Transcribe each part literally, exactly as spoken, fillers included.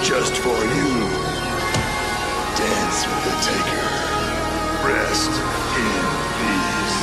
just for you. Dance with the taker. Rest in peace.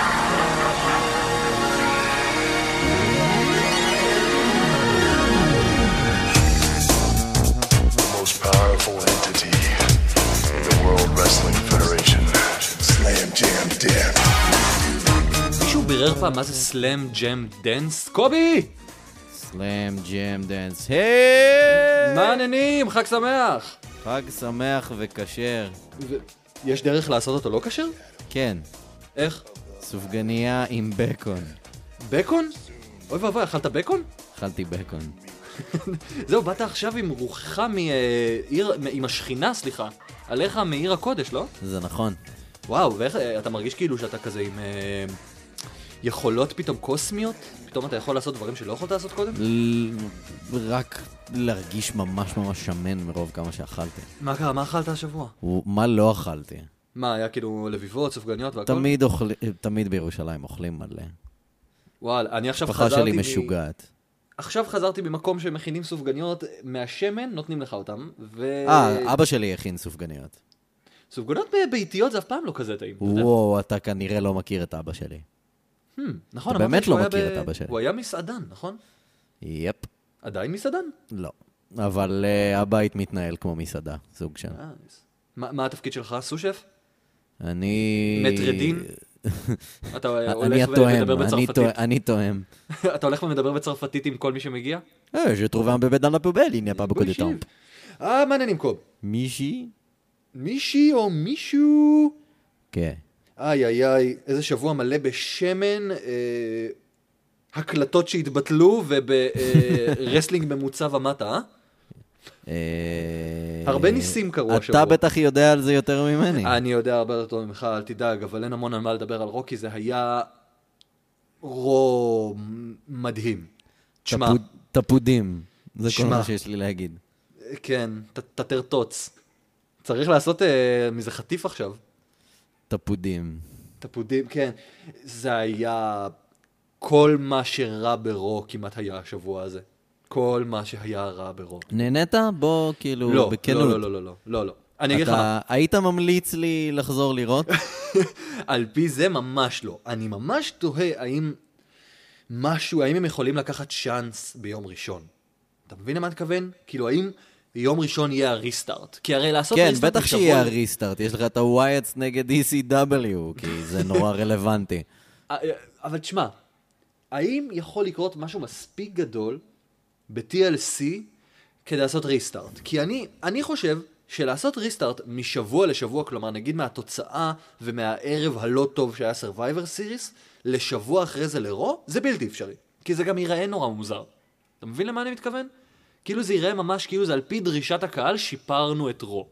The most powerful entity in the World Wrestling Federation. Slam Jam Dance. מישהו בירר פעם מה זה סלאם ג'ם דנס? קובי! סלאם ג'ם דנס. היי! מה העניינים? חג שמח! חג שמח וכשר. יש דרך לעשות אותו לא כשר? כן. איך? סופגניה עם בקון. בקון? אוי ואבוי, אכלת בקון? אכלתי בקון. זהו, באת עכשיו עם רוחך מעיר, עם השכינה, סליחה, עליך מעיר הקודש, לא? זה נכון. וואו, ואיך, אתה מרגיש כאילו שאתה כזה עם אה, יכולות פתאום קוסמיות? פתאום אתה יכול לעשות דברים שלא יכולת לעשות קודם? ל... רק להרגיש ממש ממש שמן מרוב כמה שאכלתי. מה קרה? מה אכלת השבוע? ו... מה לא אכלתי? מה, היה כאילו לביבות, סופגניות והכל? תמיד, אוכל... תמיד בירושלים אוכלים מלא. וואל, אני עכשיו משפחה חזרתי... שלי משוגעת. עכשיו חזרתי במקום שמכינים סופגניות מהשמן, נותנים לך אותם, ו... אה, אבא שלי הכין סופגניות. סופגניות ביתיות זה אף פעם לא כזה טעים. וואו, אתה כנראה לא מכיר את אבא שלי. Hmm, נכון, אתה באמת שהוא לא היה מכיר ב- את אבא שלי. הוא היה מסעדן, נכון? יפ. עדיין מסעדן? לא. אבל uh, הבית מתנהל כמו מסעדה, סוג של. אה, מה מה התפקיד שלך? סושף? אני... מטרדין? אתה אני הולך התואם, ומדבר אני בצרפתית? תואם, אני תואם. אתה הולך ומדבר בצרפתית עם כל מי שמגיע? אה, je trouve un bébé dans la poubelle, il n'y a pas beaucoup de שיב. temps. אה, מה העניינים קוב? מישהי? מישהי או מישהו? כן. איי איי איי, איזה שבוע מלא בשמן, אה, הקלטות שהתבטלו וברסלינג ממוצע ומטה, אה? אה, הרבה ניסים קרו השבוע. אתה בטח יודע על זה יותר ממני. אני יודע הרבה יותר טוב ממך, אל תדאג, אבל אין המון על מה לדבר על רוקי, זה היה רו מדהים. תשמע, תפוד- תפודים. זה כל שמע. מה שיש לי להגיד. כן, ת- תתרטוץ. צריך לעשות אה, מזה חטיף עכשיו. תפודים. תפודים, כן. זה היה כל מה שרע ברו כמעט היה השבוע הזה. כל מה שהיה רע ברו. נהנית? בוא כאילו לא, בכנות. לא, לא, לא, לא, לא, לא. אני אגיד לך מה. אתה היית ממליץ לי לחזור לראות? על פי זה ממש לא. אני ממש תוהה האם משהו, האם הם יכולים לקחת צ'אנס ביום ראשון. אתה מבין למה אני מתכוון? כאילו, האם יום ראשון יהיה הריסטארט? כי הרי לעשות כן, ריסטארט בטח בשבוע- שיהיה הריסטארט. יש לך את הווייטס נגד אי סי דאבליו, כי זה נורא רלוונטי. אבל תשמע, האם יכול לקרות משהו מספיק גדול ב-טי אל סי כדי לעשות ריסטארט? כי אני, אני חושב שלעשות ריסטארט משבוע לשבוע, כלומר נגיד מהתוצאה ומהערב הלא טוב שהיה Survivor Series, לשבוע אחרי זה לרו, זה בלתי אפשרי. כי זה גם ייראה נורא מוזר. אתה מבין למה אני מתכוון? כאילו זה ייראה ממש כאילו זה על פי דרישת הקהל שיפרנו את רו.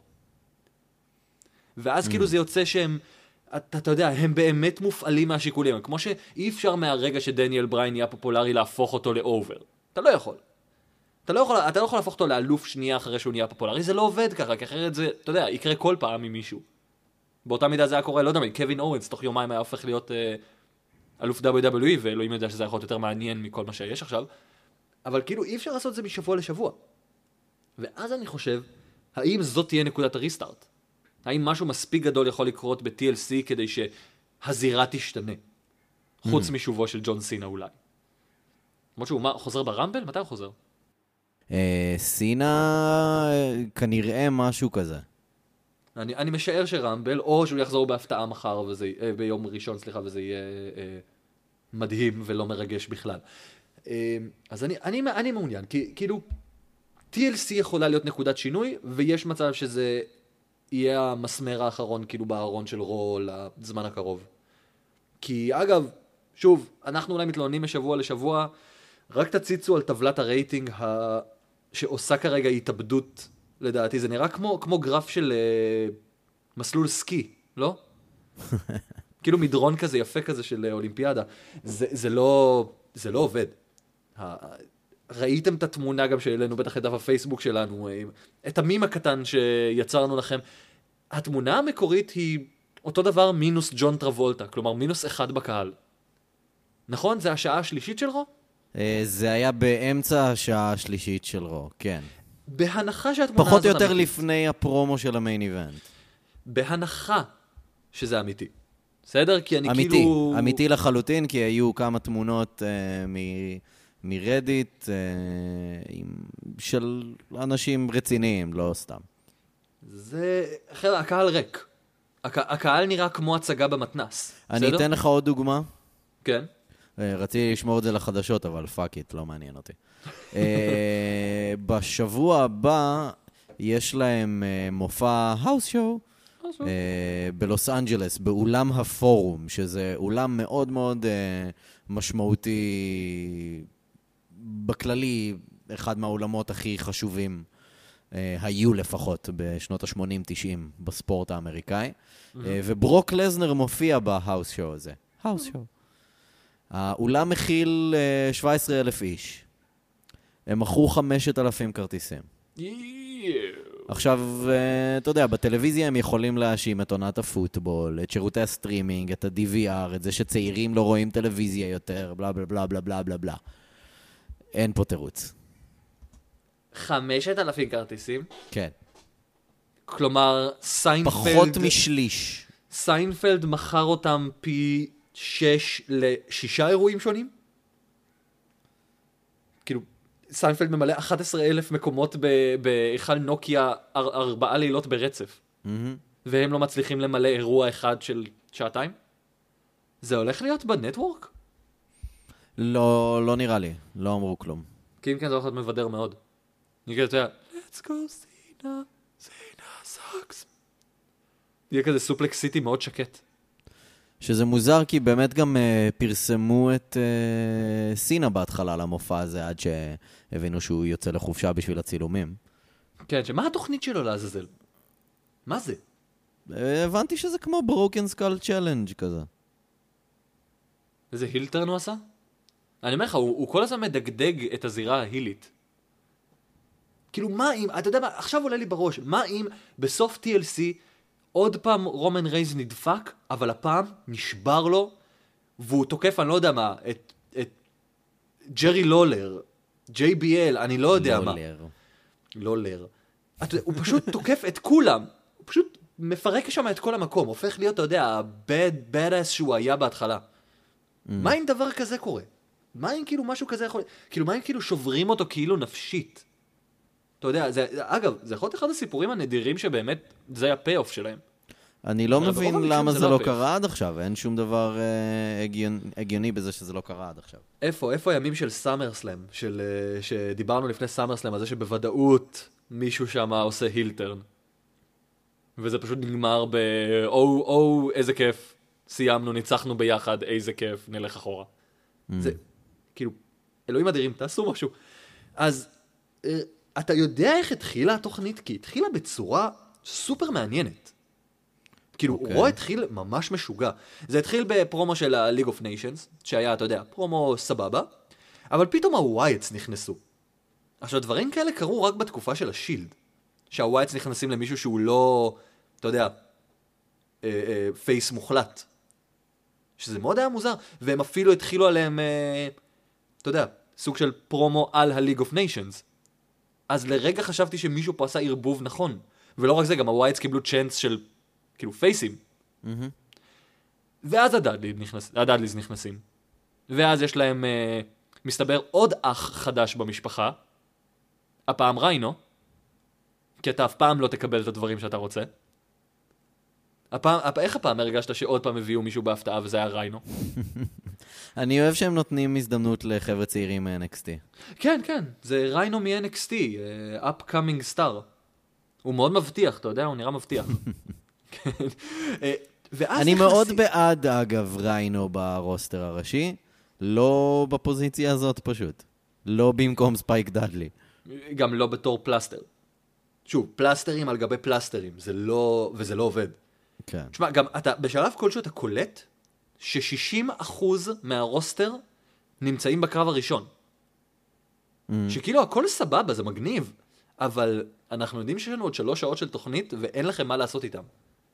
ואז כאילו זה יוצא שהם, אתה, אתה יודע, הם באמת מופעלים מהשיקולים. כמו שאי אפשר מהרגע שדניאל בריין נהיה פופולרי להפוך אותו לאובר. אתה לא יכול. אתה לא יכול, אתה לא יכול להפוך אותו לאלוף שנייה אחרי שהוא נהיה פופולרי. זה לא עובד ככה, כי אחרת זה, אתה יודע, יקרה כל פעם עם מישהו. באותה מידה זה היה קורה, לא יודע, קווין אורנס, תוך יומיים היה הופך להיות אה, אלוף דאבליו דאבליו אי, ואלוהים יודע שזה יכול להיות יותר מעניין מכל מה שיש עכשיו. אבל כאילו אי אפשר לעשות את זה משבוע לשבוע. ואז אני חושב, האם זאת תהיה נקודת הריסטארט? האם משהו מספיק גדול יכול לקרות ב-טי אל סי כדי שהזירה תשתנה? חוץ משובו של ג'ון סינה אולי. למרות שהוא מה, חוזר ברמבל? מתי הוא חוזר? אה, סינה, אה, כנראה משהו כזה. אני, אני משער שרמבל, או שהוא יחזור בהפתעה מחר, וזה, אה, ביום ראשון, סליחה, וזה יהיה אה, מדהים ולא מרגש בכלל. אה, אז אני, אני, אני מעוניין, כי כאילו, טי אל סי יכולה להיות נקודת שינוי, ויש מצב שזה יהיה המסמר האחרון, כאילו, בארון של רו לזמן הקרוב. כי אגב, שוב, אנחנו אולי מתלוננים משבוע לשבוע, רק תציצו על טבלת הרייטינג ה... שעושה כרגע התאבדות, לדעתי. זה נראה כמו, כמו גרף של uh, מסלול סקי, לא? כאילו מדרון כזה יפה כזה של אולימפיאדה. זה, זה, לא, זה לא עובד. ה... ראיתם את התמונה גם שהעלינו בטח את דף הפייסבוק שלנו, את המים הקטן שיצרנו לכם. התמונה המקורית היא אותו דבר מינוס ג'ון טרבולטה, כלומר מינוס אחד בקהל. נכון? זה השעה השלישית של רו? זה היה באמצע השעה השלישית של רו, כן. בהנחה שהתמונה הזאת פחות או יותר אמיתית. לפני הפרומו של המיין איבנט. בהנחה שזה אמיתי. בסדר? כי אני אמיתי, כאילו... אמיתי לחלוטין, כי היו כמה תמונות אה, מ- מרדיט אה, עם, של אנשים רציניים, לא סתם. זה... אחרי, הקהל ריק. הק... הקהל נראה כמו הצגה במתנס. אני בסדר? אתן לך עוד דוגמה. כן. אה, רציתי לשמור את זה לחדשות, אבל פאק איט, לא מעניין אותי. אה, בשבוע הבא יש להם אה, מופע האוס שואו, אה, בלוס אנג'לס, באולם הפורום, שזה אולם מאוד מאוד אה, משמעותי, בכללי, אחד מהאולמות הכי חשובים, אה, היו לפחות בשנות ה-שמונים תשעים בספורט האמריקאי, אה, וברוק לזנר מופיע בהאוס שואו הזה. האוס שואו. האולם מכיל אה, שבעה עשר אלף איש. הם מכרו חמשת אלפים כרטיסים. עכשיו, אתה יודע, בטלוויזיה הם יכולים להאשים את עונת הפוטבול, את שירותי הסטרימינג, את ה-די וי אר, את זה שצעירים לא רואים טלוויזיה יותר, בלה בלה בלה בלה בלה בלה בלה. אין פה תירוץ. חמשת אלפים כרטיסים? כן. כלומר, סיינפלד... פחות משליש. סיינפלד מכר אותם פי שש לשישה אירועים שונים? כאילו... סיינפלד ממלא אחד עשר אלף מקומות בהיכל נוקיה אר, ארבעה לילות ברצף. Mm-hmm. והם לא מצליחים למלא אירוע אחד של שעתיים? זה הולך להיות בנטוורק? לא, לא נראה לי. לא אמרו כלום. כי אם כן זה הולך להיות מבדר מאוד. נגיד, אתה יודע, let's go סינה, סינה סאקס. יהיה כזה סופלקס סיטי מאוד שקט. שזה מוזר כי באמת גם uh, פרסמו את uh, סינה בהתחלה למופע הזה, עד שהבינו שהוא יוצא לחופשה בשביל הצילומים. כן, שמה התוכנית שלו לעזאזל? מה זה? Uh, הבנתי שזה כמו ברוקן סקל צ'לנג' כזה. איזה הילטרן הוא עשה? אני אומר לך, הוא, הוא כל הזמן מדגדג את הזירה ההילית. כאילו, מה אם, אתה יודע מה, עכשיו עולה לי בראש, מה אם בסוף טי אל סי עוד פעם רומן רייז נדפק, אבל הפעם נשבר לו, והוא תוקף, אני לא יודע מה, את, את ג'רי לולר, ג'יי בי אל, אני לא יודע מה. לולר. לולר. אתה, הוא פשוט תוקף את כולם. הוא פשוט מפרק שם את כל המקום. הופך להיות, אתה יודע, ה-bad badass שהוא היה בהתחלה. Mm. מה אם דבר כזה קורה? מה אם כאילו משהו כזה יכול... כאילו, מה אם כאילו שוברים אותו כאילו נפשית? אתה יודע, זה, אגב, זה יכול להיות אחד הסיפורים הנדירים שבאמת זה הפי-אוף שלהם. אני לא מבין למה זה לא לא קרה עד עכשיו. אין שום דבר אה, הגיוני, הגיוני בזה שזה לא קרה עד עכשיו. איפה? איפה הימים של סאמרסלם? של, uh, שדיברנו לפני סאמרסלם, על זה שבוודאות מישהו שם עושה הילטרן. וזה פשוט נגמר ב... או, או, איזה כיף. סיימנו, ניצחנו ביחד, איזה כיף, נלך אחורה. Mm. זה, כאילו, אלוהים אדירים, תעשו משהו. אז, uh, אתה יודע איך התחילה התוכנית? כי התחילה בצורה סופר מעניינת. כאילו, okay. רו התחיל ממש משוגע. זה התחיל בפרומו של ה-League of Nations, שהיה, אתה יודע, פרומו סבבה, אבל פתאום הווייטס נכנסו. עכשיו, דברים כאלה קרו רק בתקופה של השילד, שהווייטס נכנסים למישהו שהוא לא, אתה יודע, אה, אה, פייס מוחלט. שזה מאוד היה מוזר, והם אפילו התחילו עליהם, אה, אתה יודע, סוג של פרומו על ה-League of Nations. אז לרגע חשבתי שמישהו פה עשה ערבוב נכון. ולא רק זה, גם הווייטס קיבלו צ'אנס של כאילו פייסים. Mm-hmm. ואז הדאדליז נכנס, הדאדליז נכנסים. ואז יש להם, אה, מסתבר, עוד אח חדש במשפחה. הפעם ריינו. כי אתה אף פעם לא תקבל את הדברים שאתה רוצה. הפעם, איך הפעם הרגשת שעוד פעם הביאו מישהו בהפתעה וזה היה ריינו? אני אוהב שהם נותנים הזדמנות לחבר'ה צעירים מ-אן אקס טי. כן, כן. זה ריינו מ-אן אקס טי. uh, upcoming star. הוא מאוד מבטיח, אתה יודע? הוא נראה מבטיח. אני מאוד בעד, אגב, ריינו ברוסטר הראשי, לא בפוזיציה הזאת פשוט. לא במקום ספייק דאדלי. גם לא בתור פלסטר. שוב, פלסטרים על גבי פלסטרים, זה לא, וזה לא עובד. כן. תשמע, גם אתה, בשלב כלשהו אתה קולט ש-שישים אחוז מהרוסטר נמצאים בקרב הראשון. Mm. שכאילו הכל סבבה, זה מגניב, אבל אנחנו יודעים שיש לנו עוד שלוש שעות של תוכנית ואין לכם מה לעשות איתם.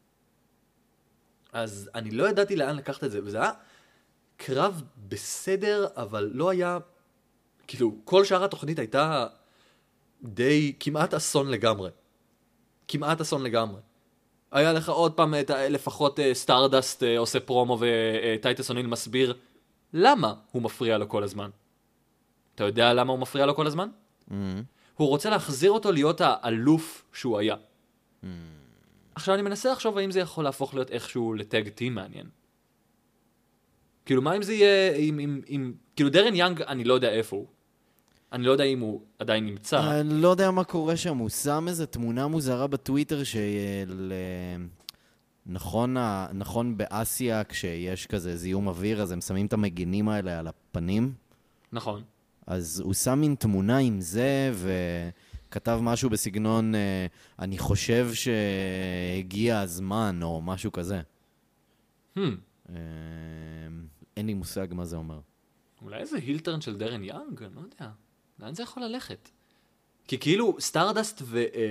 אז אני לא ידעתי לאן לקחת את זה, וזה היה קרב בסדר, אבל לא היה, כאילו, כל שאר התוכנית הייתה די, כמעט אסון לגמרי. כמעט אסון לגמרי. היה לך עוד פעם את, לפחות סטארדסט עושה פרומו וטייטס אוניל מסביר למה הוא מפריע לו כל הזמן. אתה יודע למה הוא מפריע לו כל הזמן? Mm-hmm. הוא רוצה להחזיר אותו להיות האלוף שהוא היה. Mm-hmm. עכשיו אני מנסה לחשוב האם זה יכול להפוך להיות איכשהו לטאג טים מעניין. כאילו מה אם זה יהיה, אם, אם, אם, כאילו דרן יאנג אני לא יודע איפה הוא. אני לא יודע אם הוא עדיין נמצא. אני לא יודע מה קורה שם, הוא שם איזו תמונה מוזרה בטוויטר של... נכון, נכון באסיה כשיש כזה זיהום אוויר, אז הם שמים את המגינים האלה על הפנים. נכון. אז הוא שם מין תמונה עם זה, וכתב משהו בסגנון, אני חושב שהגיע הזמן, או משהו כזה. Hmm. אין לי מושג מה זה אומר. אולי איזה הילטרן של דרן יאנג? אני לא יודע. לאן זה יכול ללכת? כי כאילו סטארדסט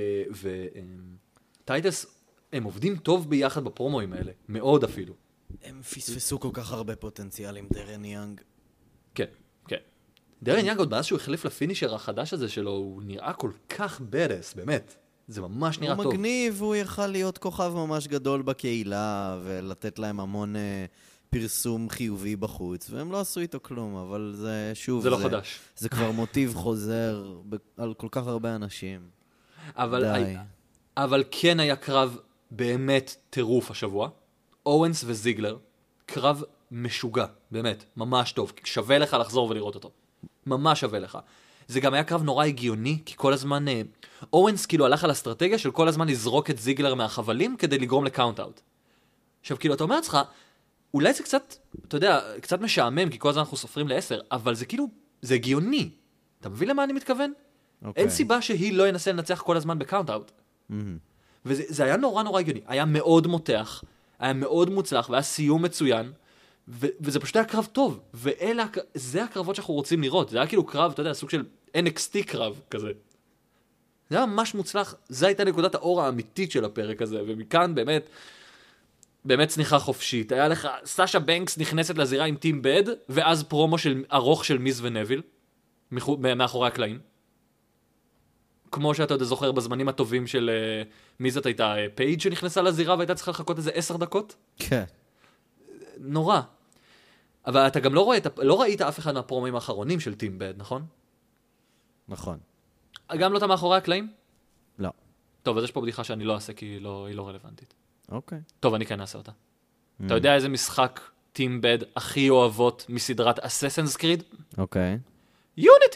וטייטס הם עובדים טוב ביחד בפרומואים האלה. מאוד אפילו. הם פספסו כל כך הרבה פוטנציאל עם דרן יאנג. כן, כן. דרן יאנג עוד מאז שהוא החליף לפינישר החדש הזה שלו, הוא נראה כל כך בדס, באמת. זה ממש נראה טוב. הוא מגניב, הוא יכל להיות כוכב ממש גדול בקהילה, ולתת להם המון פרסום חיובי בחוץ, והם לא עשו איתו כלום, אבל זה שוב... זה לא חדש. זה כבר מוטיב חוזר על כל כך הרבה אנשים. אבל, אבל כן היה קרב באמת טירוף השבוע. אורנס וזיגלר, קרב משוגע, באמת, ממש טוב. שווה לך לחזור ולראות אותו. ממש שווה לך. זה גם היה קרב נורא הגיוני, כי כל הזמן... אורנס כאילו הלך על אסטרטגיה של כל הזמן לזרוק את זיגלר מהחבלים כדי לגרום לקאונט-אוט. עכשיו, כאילו, אתה אומר לעצמך, אולי זה קצת, אתה יודע, קצת משעמם, כי כל הזמן אנחנו סופרים לעשר, אבל זה כאילו, זה הגיוני. אתה מבין למה אני מתכוון? Okay. אין סיבה שהיא לא ינסה לנצח כל הזמן בקאונט-אוט. Mm-hmm. וזה זה היה נורא נורא הגיוני. היה מאוד מותח, היה מאוד מוצלח, והיה סיום מצוין, ו- וזה פשוט היה קרב טוב. ואלה, זה הקרבות שאנחנו רוצים לראות. זה היה כאילו קרב, אתה יודע, סוג של אן אקס טי קרב כזה. זה היה ממש מוצלח. זה הייתה נקודת האור האמיתית של הפרק הזה, ומכאן באמת... באמת צניחה חופשית. היה לך, סאשה בנקס נכנסת לזירה עם טים בד, ואז פרומו של ארוך של מיז ונביל, מאחורי הקלעים. כמו שאתה יודע זוכר בזמנים הטובים של uh, מיז, הייתה uh, פייג' שנכנסה לזירה, והייתה צריכה לחכות איזה עשר דקות. כן. נורא. אבל אתה גם לא, רואה, לא ראית אף אחד מהפרומים האחרונים של טים בד, נכון? נכון. גם לא אתה מאחורי הקלעים? לא. טוב, אז יש פה בדיחה שאני לא אעשה, כי היא לא, היא לא רלוונטית. אוקיי. טוב, אני כן אעשה אותה. Mm. אתה יודע איזה משחק טים בד הכי אוהבות מסדרת Assassin's Creed? אוקיי. יוניטי!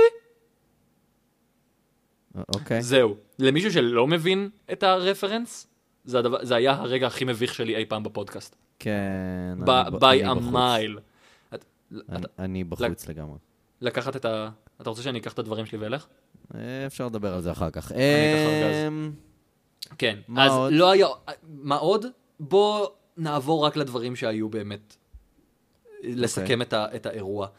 אוקיי. זהו. למישהו שלא מבין את הרפרנס, זה, הדבר, זה היה הרגע הכי מביך שלי אי פעם בפודקאסט. כן. by a mile. את, אני, את, אני בחוץ לק, לגמרי. לקחת את ה... אתה רוצה שאני אקח את הדברים שלי ואלך? אפשר לדבר על זה אחר כך. אני אקח ארגז. כן. מה אז עוד? לא היה... מה עוד? בוא נעבור רק לדברים שהיו באמת. לסכם את, ה, את האירוע.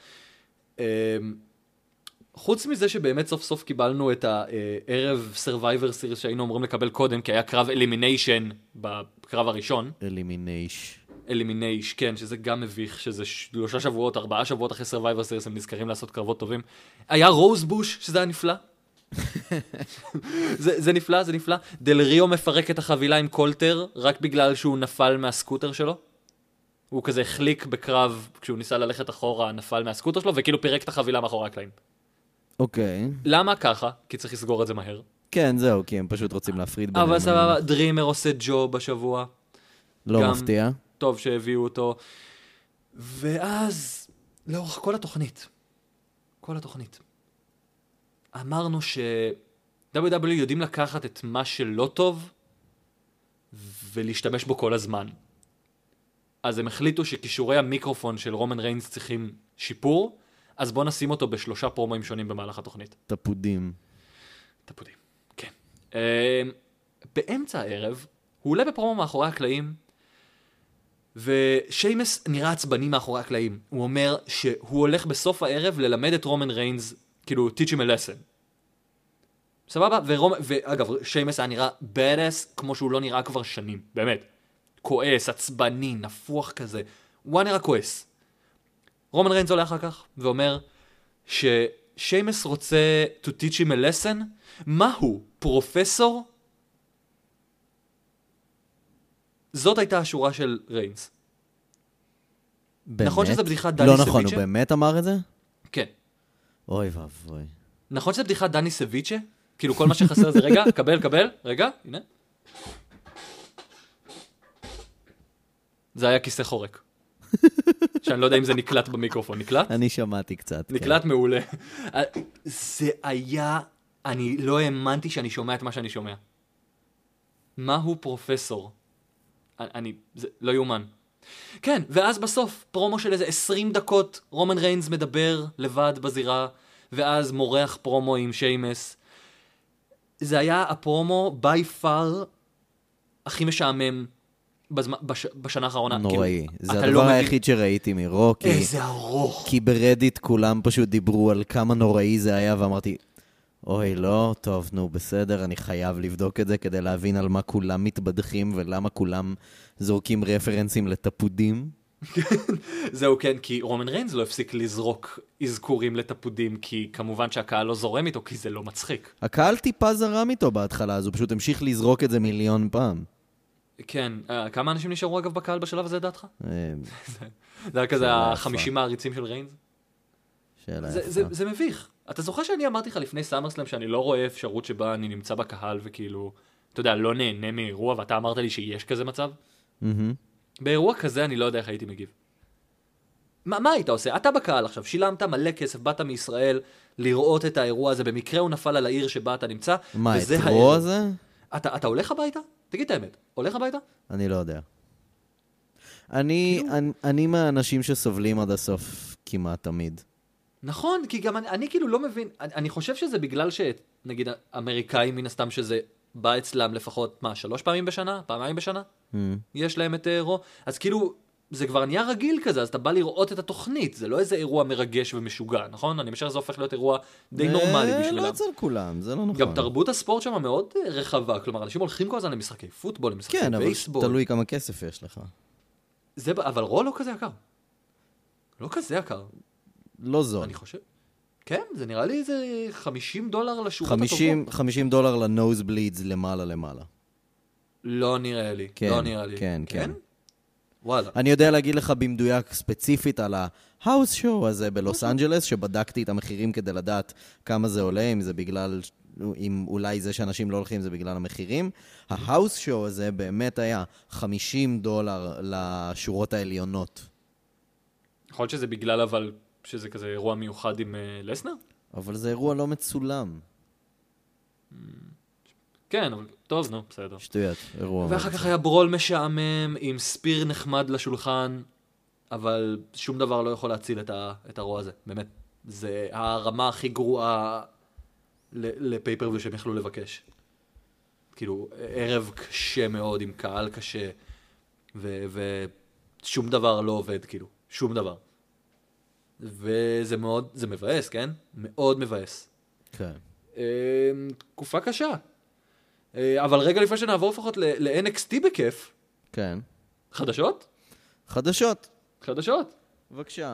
חוץ מזה שבאמת סוף סוף קיבלנו את הערב Survivor Series שהיינו אמורים לקבל קודם, כי היה קרב Elimination בקרב הראשון. Elimination. Elimination, כן, שזה גם מביך, שזה שלושה שבועות, ארבעה שבועות אחרי Survivor Series הם נזכרים לעשות קרבות טובים. היה רוזבוש, שזה היה נפלא. זה, זה נפלא, זה נפלא. דל ריו מפרק את החבילה עם קולטר, רק בגלל שהוא נפל מהסקוטר שלו. הוא כזה החליק בקרב, כשהוא ניסה ללכת אחורה, נפל מהסקוטר שלו, וכאילו פירק את החבילה מאחורי הקלעים. אוקיי. למה ככה? כי צריך לסגור את זה מהר. כן, זהו, כי הם פשוט רוצים להפריד ביניהם. אבל סבבה, דרימר עושה ג'ו בשבוע. לא גם מפתיע. טוב שהביאו אותו. ואז, לאורך כל התוכנית, כל התוכנית, אמרנו ש-דאבליו דאבליו אי יודעים לקחת את מה שלא טוב, ולהשתמש בו כל הזמן. אז הם החליטו שכישורי המיקרופון של רומן ריינס צריכים שיפור, אז בוא נשים אותו בשלושה פרומואים שונים במהלך התוכנית. תפודים. תפודים, כן. Uh, באמצע הערב, הוא עולה בפרומו מאחורי הקלעים, ושיימס נראה עצבני מאחורי הקלעים. הוא אומר שהוא הולך בסוף הערב ללמד את רומן ריינס, כאילו, teach him a lesson. סבבה? ורומ... ואגב, שיימס היה נראה badass כמו שהוא לא נראה כבר שנים, באמת. כועס, עצבני, נפוח כזה. הוא היה נראה כועס. רומן ריינס עולה אחר כך ואומר ש... שיימס רוצה to teach him a lesson? מה הוא? פרופסור? זאת הייתה השורה של ריינס. באמת? נכון שזה בדיחת דני לא סביצ'ה? נכון, הוא באמת אמר את זה? כן. אוי ואבוי. נכון שזה בדיחת דני סביצ'ה? כאילו כל מה שחסר זה רגע, קבל, קבל, רגע, הנה. זה היה כיסא חורק. שאני לא יודע אם זה נקלט במיקרופון. נקלט? אני שמעתי קצת. נקלט מעולה. זה היה, אני לא האמנתי שאני שומע את מה שאני שומע. מהו פרופסור? אני, זה לא יומן. כן, ואז בסוף, פרומו של איזה עשרים דקות, רומן ריינס מדבר לבד בזירה, ואז מורח פרומו עם שיימס. זה היה הפרומו by far הכי משעמם בזמן, בש, בשנה האחרונה. נוראי. כאילו, זה הדבר לא היחיד מבין... שראיתי מרו, כי... איזה ארוך. כי ברדיט כולם פשוט דיברו על כמה נוראי זה היה, ואמרתי, אוי, לא, טוב, נו, בסדר, אני חייב לבדוק את זה כדי להבין על מה כולם מתבדחים, ולמה כולם זורקים רפרנסים לטפודים. זהו, כן, כי רומן ריינס לא הפסיק לזרוק אזכורים לטפודים, כי כמובן שהקהל לא זורם איתו, כי זה לא מצחיק. הקהל טיפה זרם איתו בהתחלה, אז הוא פשוט המשיך לזרוק את זה מיליון פעם. כן, כמה אנשים נשארו אגב בקהל בשלב הזה, דעתך? אה, זה היה כזה שאלה החמישים יפה. מעריצים של ריינס? שאלה זה, יפה. זה, זה מביך. אתה זוכר שאני אמרתי לך לפני סאמרסלאם שאני לא רואה אפשרות שבה אני נמצא בקהל וכאילו, אתה יודע, לא נהנה מאירוע, ואתה אמרת לי שיש כזה מצב? מהמם. באירוע כזה אני לא יודע איך הייתי מגיב. מה, מה היית עושה? אתה בקהל עכשיו, שילמת מלא כסף, באת מישראל לראות את האירוע הזה, במקרה הוא נפל על העיר שבה אתה נמצא, מה, את וזה רו הערב. הזה? אתה, אתה הולך הביתה? תגיד את האמת, הולך הביתה? אני לא יודע. אני, אני, אני מהאנשים שסובלים עד הסוף כמעט תמיד. נכון, כי גם אני, אני כאילו לא מבין, אני, אני חושב שזה בגלל שנגיד אמריקאים מן הסתם שזה בא אצלם לפחות, מה, שלוש פעמים בשנה? פעמיים בשנה? Mm. יש להם את רו, אז כאילו זה כבר נהיה רגיל כזה, אז אתה בא לראות את התוכנית, זה לא איזה אירוע מרגש ומשוגע, נכון? אני משער שזה הופך להיות אירוע די נורמלי בשבילם. לא אצל כולם, זה לא נכון. גם תרבות הספורט שם מאוד רחבה, כלומר, אנשים הולכים כל הזמן למשחקי פוטבול, למשחקי כן, אבל בייסבול. תלוי כמה כסף יש לך. זה, אבל רו לא כזה יקר. לא כזה יקר. לא זול. אני חושב. כן, זה נראה לי איזה חמישים דולר לשורות חמישים, הטובות. חמישים דולר לנוז בלידס למעלה למעלה. לא נראה לי, כן, לא נראה לי. כן, כן. וואלה. אני יודע להגיד לך במדויק ספציפית על ההאוס שואו הזה בלוס אנג'לס, שבדקתי את המחירים כדי לדעת כמה זה עולה, אם זה בגלל, אם אולי זה שאנשים לא הולכים זה בגלל המחירים. ההאוס שואו הזה באמת היה חמישים דולר לשורות העליונות. יכול להיות שזה בגלל אבל שזה כזה אירוע מיוחד עם uh, לסנר? אבל זה אירוע לא מצולם. כן, אבל טוב, נו, בסדר. שטויות, אירוע. ואחר כך היה ברול משעמם עם ספיר נחמד לשולחן, אבל שום דבר לא יכול להציל את, ה, את הרוע הזה, באמת. זה הרמה הכי גרועה לפייפר ושהם יכלו לבקש. כאילו, ערב קשה מאוד עם קהל קשה, ו, ושום דבר לא עובד, כאילו, שום דבר. וזה מאוד, זה מבאס, כן? מאוד מבאס. כן. תקופה קשה. אבל רגע לפני שנעבור לפחות ל-אן אקס טי בכיף. כן. חדשות? חדשות. חדשות. בבקשה.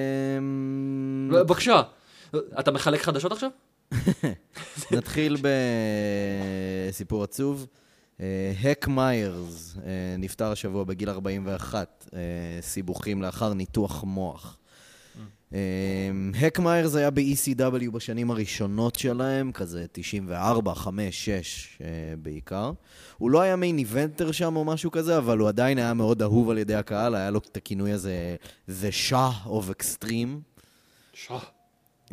בבקשה. אתה מחלק חדשות עכשיו? נתחיל בסיפור עצוב. הק מיירס נפטר השבוע בגיל ארבעים ואחת, סיבוכים לאחר ניתוח מוח. הק מיירס היה ב-אי סי דאבליו בשנים הראשונות שלהם, כזה תשעים וארבע, חמש, שש בעיקר. הוא לא היה מיין איבנטר שם או משהו כזה, אבל הוא עדיין היה מאוד אהוב על ידי הקהל, היה לו את הכינוי הזה, The Shah of Extreme. שעה.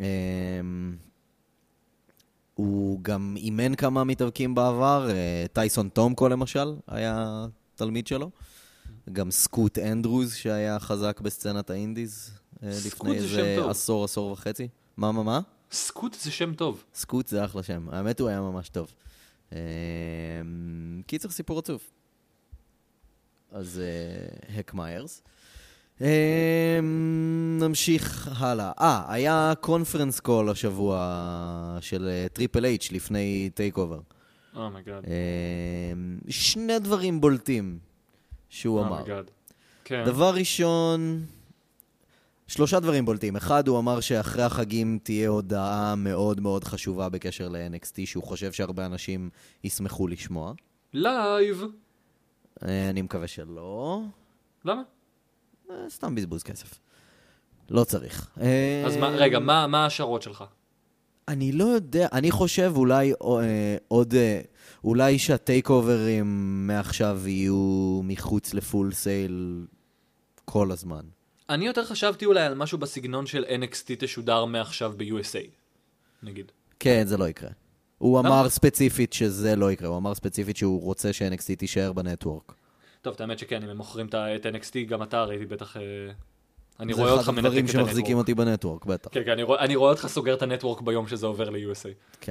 הוא גם אימן כמה מתאבקים בעבר, טייסון טומקו למשל היה תלמיד שלו. גם סקוט אנדרוז שהיה חזק בסצנת האינדיז לפני איזה עשור, עשור וחצי. מה, מה, מה? סקוט זה שם טוב. סקוט זה אחלה שם, האמת הוא היה ממש טוב. קיצר סיפור עצוב. אז הק מיירס. נמשיך הלאה. אה, היה קונפרנס קול השבוע של טריפל אייץ' לפני טייק אובר. אומייגאד. שני דברים בולטים שהוא אמר. אומייגאד. כן. דבר ראשון, שלושה דברים בולטים. אחד, הוא אמר שאחרי החגים תהיה הודעה מאוד מאוד חשובה בקשר ל-אן אקס טי, שהוא חושב שהרבה אנשים ישמחו לשמוע. לייב. אני מקווה שלא. למה? סתם בזבוז כסף. לא צריך. אז מה, רגע, מה, מה השערות שלך? אני לא יודע, אני חושב אולי עוד, אולי שהטייק אוברים מעכשיו יהיו מחוץ לפול סייל כל הזמן. אני יותר חשבתי אולי על משהו בסגנון של אן אקס טי תשודר מעכשיו ב-יו אס איי, נגיד. כן, זה לא יקרה. הוא אמר ספציפית שזה לא יקרה, הוא אמר ספציפית שהוא רוצה ש-אן אקס טי תישאר בנטוורק. טוב, האמת שכן, אם הם מוכרים את אן אקס טי, גם אתה ראיתי בטח... אני זה רואה אותך אחד מנתק את הדברים הנטוורק. שמחזיקים אותי בנטוורק, בטח. כן, כן, אני רואה, אני רואה אותך סוגר את הנטוורק ביום שזה עובר ל-יו אס איי. כן.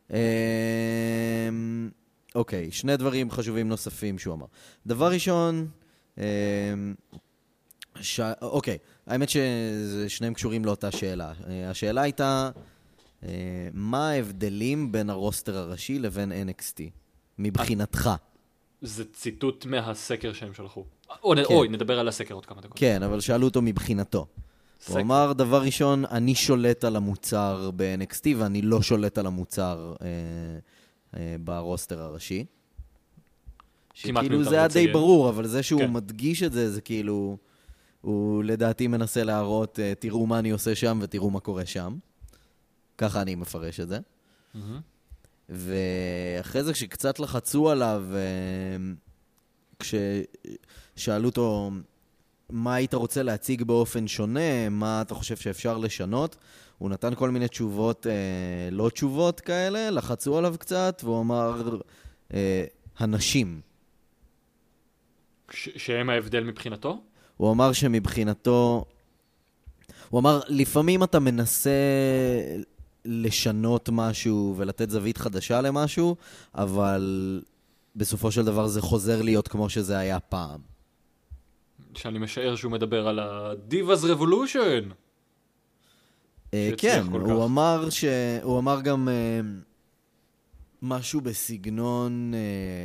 אמ, אוקיי, שני דברים חשובים נוספים שהוא אמר. דבר ראשון, אמ, ש... אוקיי, האמת ששניהם קשורים לאותה שאלה. השאלה הייתה, מה ההבדלים בין הרוסטר הראשי לבין אן אקס טי? מבחינתך. זה ציטוט מהסקר שהם שלחו. אוי, נדבר על הסקר עוד כמה דקות. כן, אבל שאלו אותו מבחינתו. הוא אמר, דבר ראשון, אני שולט על המוצר ב-אן אקס טי, ואני לא שולט על המוצר אה, אה, ברוסטר הראשי. שכאילו זה היה די ברור, אבל זה שהוא כן. מדגיש את זה, זה כאילו, הוא לדעתי מנסה להראות, אה, תראו מה אני עושה שם ותראו מה קורה שם. ככה אני מפרש את זה. Mm-hmm. ואחרי זה כשקצת לחצו עליו, אה, כששאלו אותו... מה היית רוצה להציג באופן שונה, מה אתה חושב שאפשר לשנות. הוא נתן כל מיני תשובות, אה, לא תשובות כאלה, לחצו עליו קצת, והוא אמר, אה, הנשים. ש- שהם ההבדל מבחינתו? הוא אמר שמבחינתו, הוא אמר, לפעמים אתה מנסה לשנות משהו ולתת זווית חדשה למשהו, אבל בסופו של דבר זה חוזר להיות כמו שזה היה פעם. שאני משער שהוא מדבר על ה-Divas Revolution. כן, הוא אמר ש... הוא אמר גם משהו בסגנון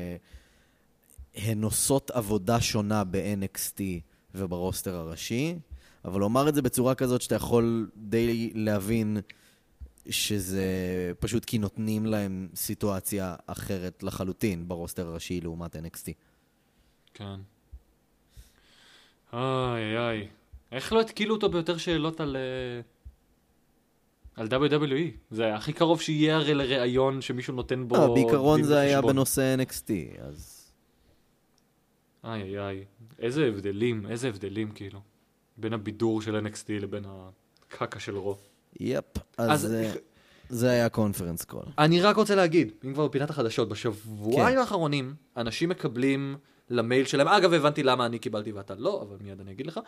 הן עושות עבודה שונה ב-אן אקס טי וברוסטר הראשי, אבל הוא אמר את זה בצורה כזאת שאתה יכול די להבין שזה פשוט כי נותנים להם סיטואציה אחרת לחלוטין ברוסטר הראשי לעומת אן אקס טי. כן. איי איי. איך לא התקילו אותו ביותר שאלות על על דאבליו דאבליו אי? זה הכי קרוב שיהיה הרי לראיון שמישהו נותן בו... בעיקרון זה היה בנושא אן אקס טי, אז... איי איי איי. איזה הבדלים, איזה הבדלים כאילו. בין הבידור של אן אקס טי לבין הקקה של רו. יפ, אז זה היה קונפרנס קול. אני רק רוצה להגיד, אם כבר בפינת החדשות, בשבועיים האחרונים, אנשים מקבלים... למייל שלהם, אגב הבנתי למה אני קיבלתי ואתה לא, אבל מיד אני אגיד לך,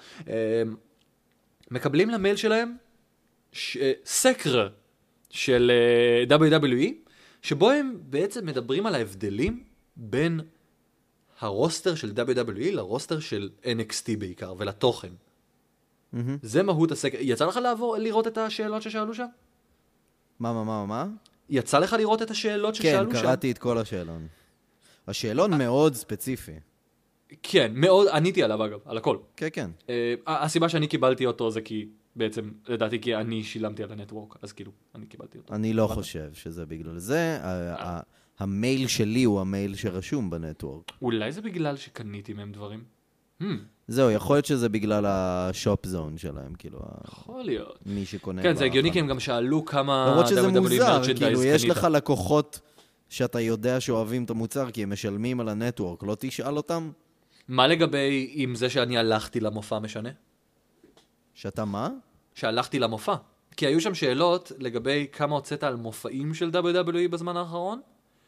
מקבלים למייל שלהם ש... סקר של דאבליו דאבליו אי, שבו הם בעצם מדברים על ההבדלים בין הרוסטר של דאבליו דאבליו אי לרוסטר של אן אקס טי בעיקר, ולתוכן. Mm-hmm. זה מהות הסקר. יצא לך לעבור, לראות את השאלות ששאלו שם? מה, מה, מה, מה? יצא לך לראות את השאלות ששאלו כן, שם? כן, קראתי את כל השאלון. השאלון מאוד ספציפי. כן, מאוד, עניתי עליו אגב, על הכל. כן, כן. Uh, הסיבה שאני קיבלתי אותו זה כי, בעצם, לדעתי כי אני שילמתי על הנטוורק, אז כאילו, אני קיבלתי אותו. אני לא חושב שזה בגלל זה. המייל שלי הוא המייל שרשום בנטוורק. אולי זה בגלל שקניתי מהם דברים? זהו, יכול להיות שזה בגלל השופ זון שלהם, כאילו. יכול להיות. מי שקונה... כן, זה הגיוני כי הם גם שאלו כמה... למרות שזה מוזר, כאילו, יש לך לקוחות שאתה יודע שאוהבים את המוצר, כי הם משלמים על הנטוורק, לא תשאל אותם? מה לגבי עם זה שאני הלכתי למופע משנה? שאתה מה? שהלכתי למופע. כי היו שם שאלות לגבי כמה הוצאת על מופעים של דאבליו דאבליו אי בזמן האחרון,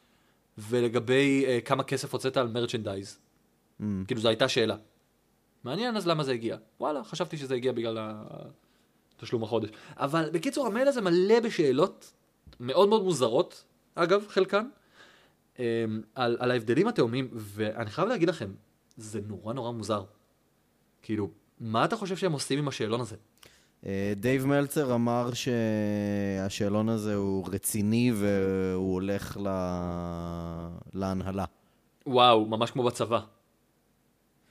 ולגבי uh, כמה כסף הוצאת על מרצ'נדייז. Mm. כאילו זו הייתה שאלה. מעניין אז למה זה הגיע. וואלה, חשבתי שזה הגיע בגלל התשלום החודש. אבל בקיצור, המייל הזה מלא בשאלות מאוד מאוד מוזרות, אגב, חלקן, um, על, על ההבדלים התאומים, ואני חייב להגיד לכם, זה נורא נורא מוזר. כאילו, מה אתה חושב שהם עושים עם השאלון הזה? דייב מלצר אמר שהשאלון הזה הוא רציני והוא הולך להנהלה. וואו, ממש כמו בצבא.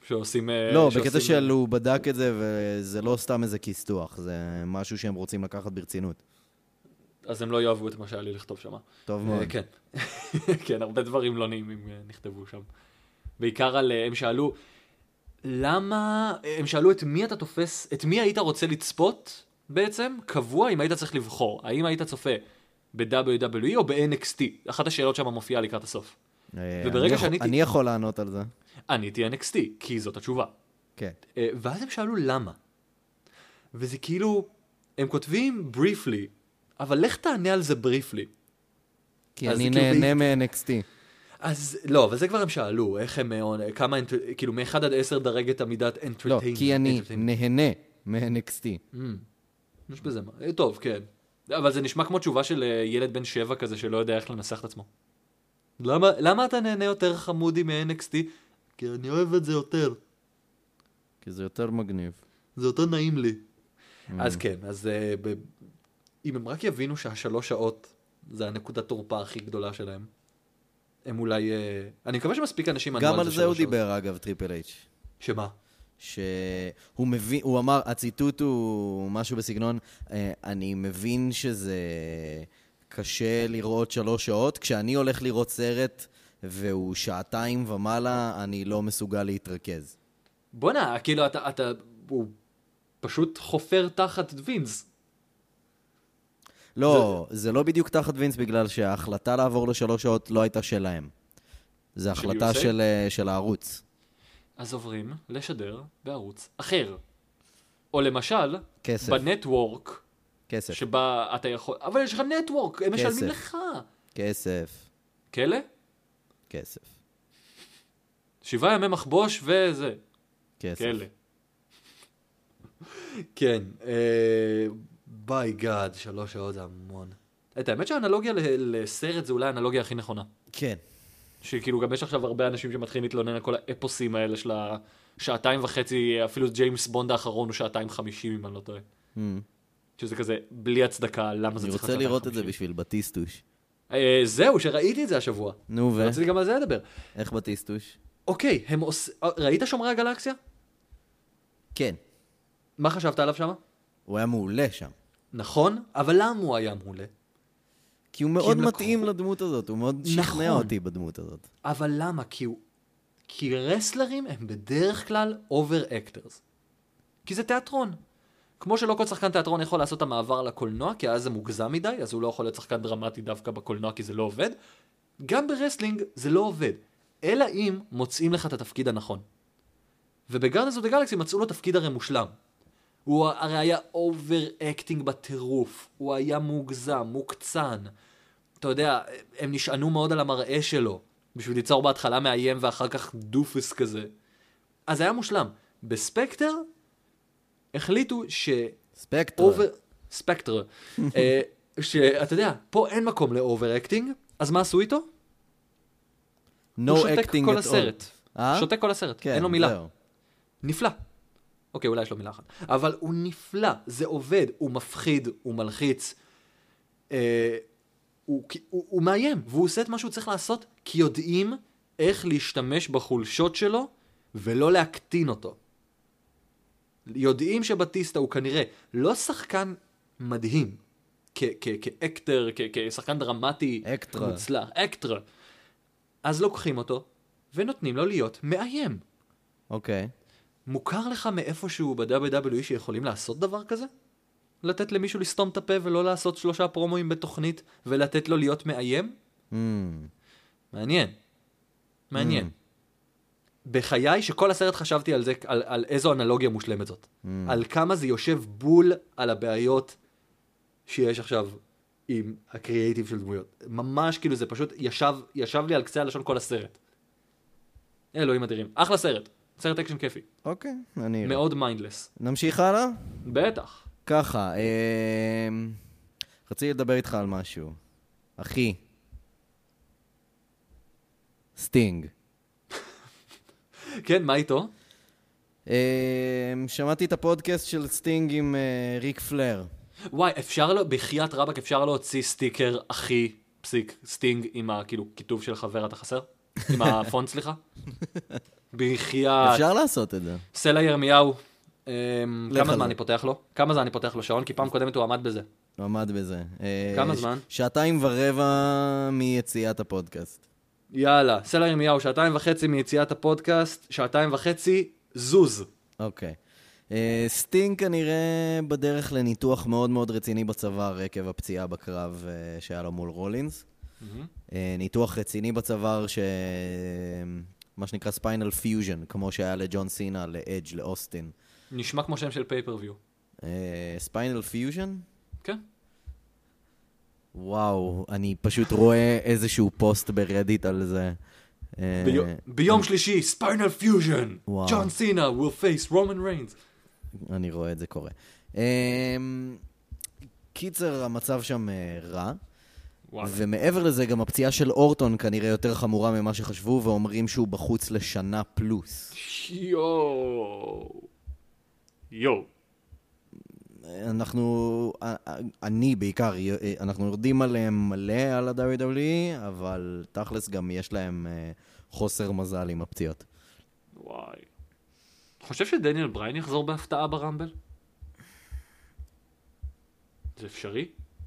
שעושים... לא, בקטע של הוא בדק את זה, וזה לא סתם איזה כיסתוח, זה משהו שהם רוצים לקחת ברצינות. אז הם לא יאהבו את מה שהיה לי לכתוב שם. טוב מאוד. כן. כן, הרבה דברים לא נעימים נכתבו שם. בעיקר על... הם שאלו, למה... הם שאלו את מי אתה תופס, את מי היית רוצה לצפות בעצם, קבוע, אם היית צריך לבחור. האם היית צופה ב-דאבליו דאבליו אי או ב-אן אקס טי? אחת השאלות שם מופיעה לקראת הסוף. וברגע שעניתי... אני יכול לענות על זה. עניתי אן אקס טי, כי זאת התשובה. כן. ואז הם שאלו למה. וזה כאילו, הם כותבים briefly, אבל לך תענה על זה briefly. כי אני נהנה מ-אן אקס טי. אז לא, אבל זה כבר הם שאלו, איך הם, כמה, כאילו, מ-אחד עד עשר דרג את המידת entertainment. לא, כי אני נהנה מ-אן אקס טי. יש בזה מה, טוב, כן. אבל זה נשמע כמו תשובה של ילד בן שבע כזה, שלא יודע איך לנסח את עצמו. למה, למה אתה נהנה יותר חמודי מ-אן אקס טי? כי אני אוהב את זה יותר. כי זה יותר מגניב. זה יותר נעים לי. אז כן, אז אם הם רק יבינו שהשלוש שעות זה הנקודת תורפה הכי גדולה שלהם, הם אולי... אני מקווה שמספיק אנשים... גם על זה הוא דיבר, אגב, טריפל אייץ'. שמה? שהוא מבין, הוא אמר, הציטוט הוא משהו בסגנון, אני מבין שזה קשה לראות שלוש שעות, כשאני הולך לראות סרט והוא שעתיים ומעלה, אני לא מסוגל להתרכז. בוא'נה, כאילו אתה, אתה, הוא פשוט חופר תחת וינס. לא, זה... זה לא בדיוק תחת וינס, בגלל שההחלטה לעבור לשלוש שעות לא הייתה שלהם. זה החלטה של, של הערוץ. אז עוברים לשדר בערוץ אחר. או למשל, כסף. בנטוורק. כסף. שבה אתה יכול... אבל יש לך נטוורק, הם משלמים לך. כסף. כלא? כסף. שבעה ימי מחבוש וזה. כסף. כלא. כן. ביי גאד, שלוש שעות זה המון. את האמת שהאנלוגיה לסרט זה אולי האנלוגיה הכי נכונה. כן. שכאילו גם יש עכשיו הרבה אנשים שמתחילים להתלונן על כל האפוסים האלה של השעתיים וחצי, אפילו ג'יימס בונד האחרון הוא שעתיים חמישים, אם אני לא טועה. Mm. שזה כזה בלי הצדקה, למה זה צריך אני רוצה לראות את זה בשביל בטיסטוש. אה, זהו, שראיתי את זה השבוע. נו ו? רציתי גם על זה לדבר. איך בטיסטוש? אוקיי, הם עוש... ראית שומרי הגלקסיה? כן. מה חשבת עליו שם? הוא היה מעולה שם. נכון, אבל למה הוא היה מעולה? כי הוא מאוד מתאים לדמות הזאת, הוא מאוד שכנע אותי בדמות הזאת. אבל למה? כי הוא... כי רסלרים הם בדרך כלל אובר אקטרס. כי זה תיאטרון. כמו שלא כל שחקן תיאטרון יכול לעשות את המעבר לקולנוע, כי אז זה מוגזם מדי, אז הוא לא יכול להיות שחקן דרמטי דווקא בקולנוע, כי זה לא עובד. גם ברסלינג זה לא עובד. אלא אם מוצאים לך את התפקיד הנכון. ובגארדיאנס אוף דה גלקסי מצאו לו תפקיד הרי מושלם. הוא הרי היה אובר אקטינג בטירוף, הוא היה מוגזם, מוקצן. אתה יודע, הם נשענו מאוד על המראה שלו, בשביל ליצור בהתחלה מאיים ואחר כך דופס כזה. אז זה היה מושלם. בספקטר, החליטו ש... ספקטר. אובר... ספקטר. שאתה יודע, פה אין מקום לאובר אקטינג, אז מה עשו איתו? No הוא שותק acting כל at הסרט. all. שותק כל הסרט, כן, אין לו מילה. זהו. נפלא. אוקיי, אולי יש לו מילה אחת. אבל הוא נפלא, זה עובד, הוא מפחיד, הוא מלחיץ. אה, הוא, הוא, הוא מאיים, והוא עושה את מה שהוא צריך לעשות, כי יודעים איך להשתמש בחולשות שלו, ולא להקטין אותו. יודעים שבטיסטה הוא כנראה לא שחקן מדהים, כ- כ- כאקטר, כ- כשחקן דרמטי, אקטרה. מוצלח, אקטרה. אז לוקחים אותו, ונותנים לו להיות מאיים. אוקיי. מוכר לך מאיפשהו ב-דאבליו דאבליו אי שיכולים לעשות דבר כזה? לתת למישהו לסתום את הפה ולא לעשות שלושה פרומואים בתוכנית ולתת לו להיות מאיים? Mm. מעניין. מעניין. Mm. בחיי שכל הסרט חשבתי על זה, על, על איזו אנלוגיה מושלמת זאת. Mm. על כמה זה יושב בול על הבעיות שיש עכשיו עם הקריאייטיב של דמויות. ממש כאילו זה פשוט ישב, ישב לי על קצה הלשון כל הסרט. אלוהים אדירים. אחלה סרט. סרט אקשן כיפי. אוקיי, אני... מאוד מיינדלס. נמשיך הלאה? בטח. ככה, אה... רציתי לדבר איתך על משהו. אחי. סטינג. כן, מה איתו? אה... שמעתי את הפודקאסט של סטינג עם אה, ריק פלר. וואי, אפשר לו, בחיית רבק אפשר להוציא סטיקר הכי פסיק סטינג עם הכאילו כיתוב של חבר אתה חסר? עם הפונט סליחה? בחייאת. אפשר לעשות את זה. סלע ירמיהו, אמ, לך כמה על זמן זה. אני פותח לו? כמה זמן אני פותח לו שעון? כי פעם קודמת הוא עמד בזה. הוא עמד בזה. אה, כמה ש- זמן? שעתיים ורבע מיציאת הפודקאסט. יאללה, סלע ירמיהו, שעתיים וחצי מיציאת הפודקאסט, שעתיים וחצי, זוז. אוקיי. אה, סטינג כנראה בדרך לניתוח מאוד מאוד רציני בצוואר עקב הפציעה בקרב אה, שהיה לו מול רולינס. אה, ניתוח רציני בצוואר ש... מה שנקרא ספיינל פיוז'ן, כמו שהיה לג'ון סינה, לאדג', לאוסטין. נשמע כמו שם של פייפריוויו. ספיינל פיוז'ן? כן. וואו, אני פשוט רואה איזשהו פוסט ברדיט על זה. אה, ביו- ביום שלישי, ספיינל פיוז'ן. וואו. ג'ון סינה will face רומן ריינס. אני רואה את זה קורה. אה, קיצר, המצב שם אה, רע. וואלה. ומעבר לזה, גם הפציעה של אורטון כנראה יותר חמורה ממה שחשבו, ואומרים שהוא בחוץ לשנה פלוס. יואו. יואו. אנחנו, אני בעיקר, אנחנו יורדים עליהם מלא על ה-דאבליו דאבליו אי, אבל תכלס גם יש להם אה, חוסר מזל עם הפציעות. וואי. חושב שדניאל בריין יחזור בהפתעה ברמבל? זה אפשרי?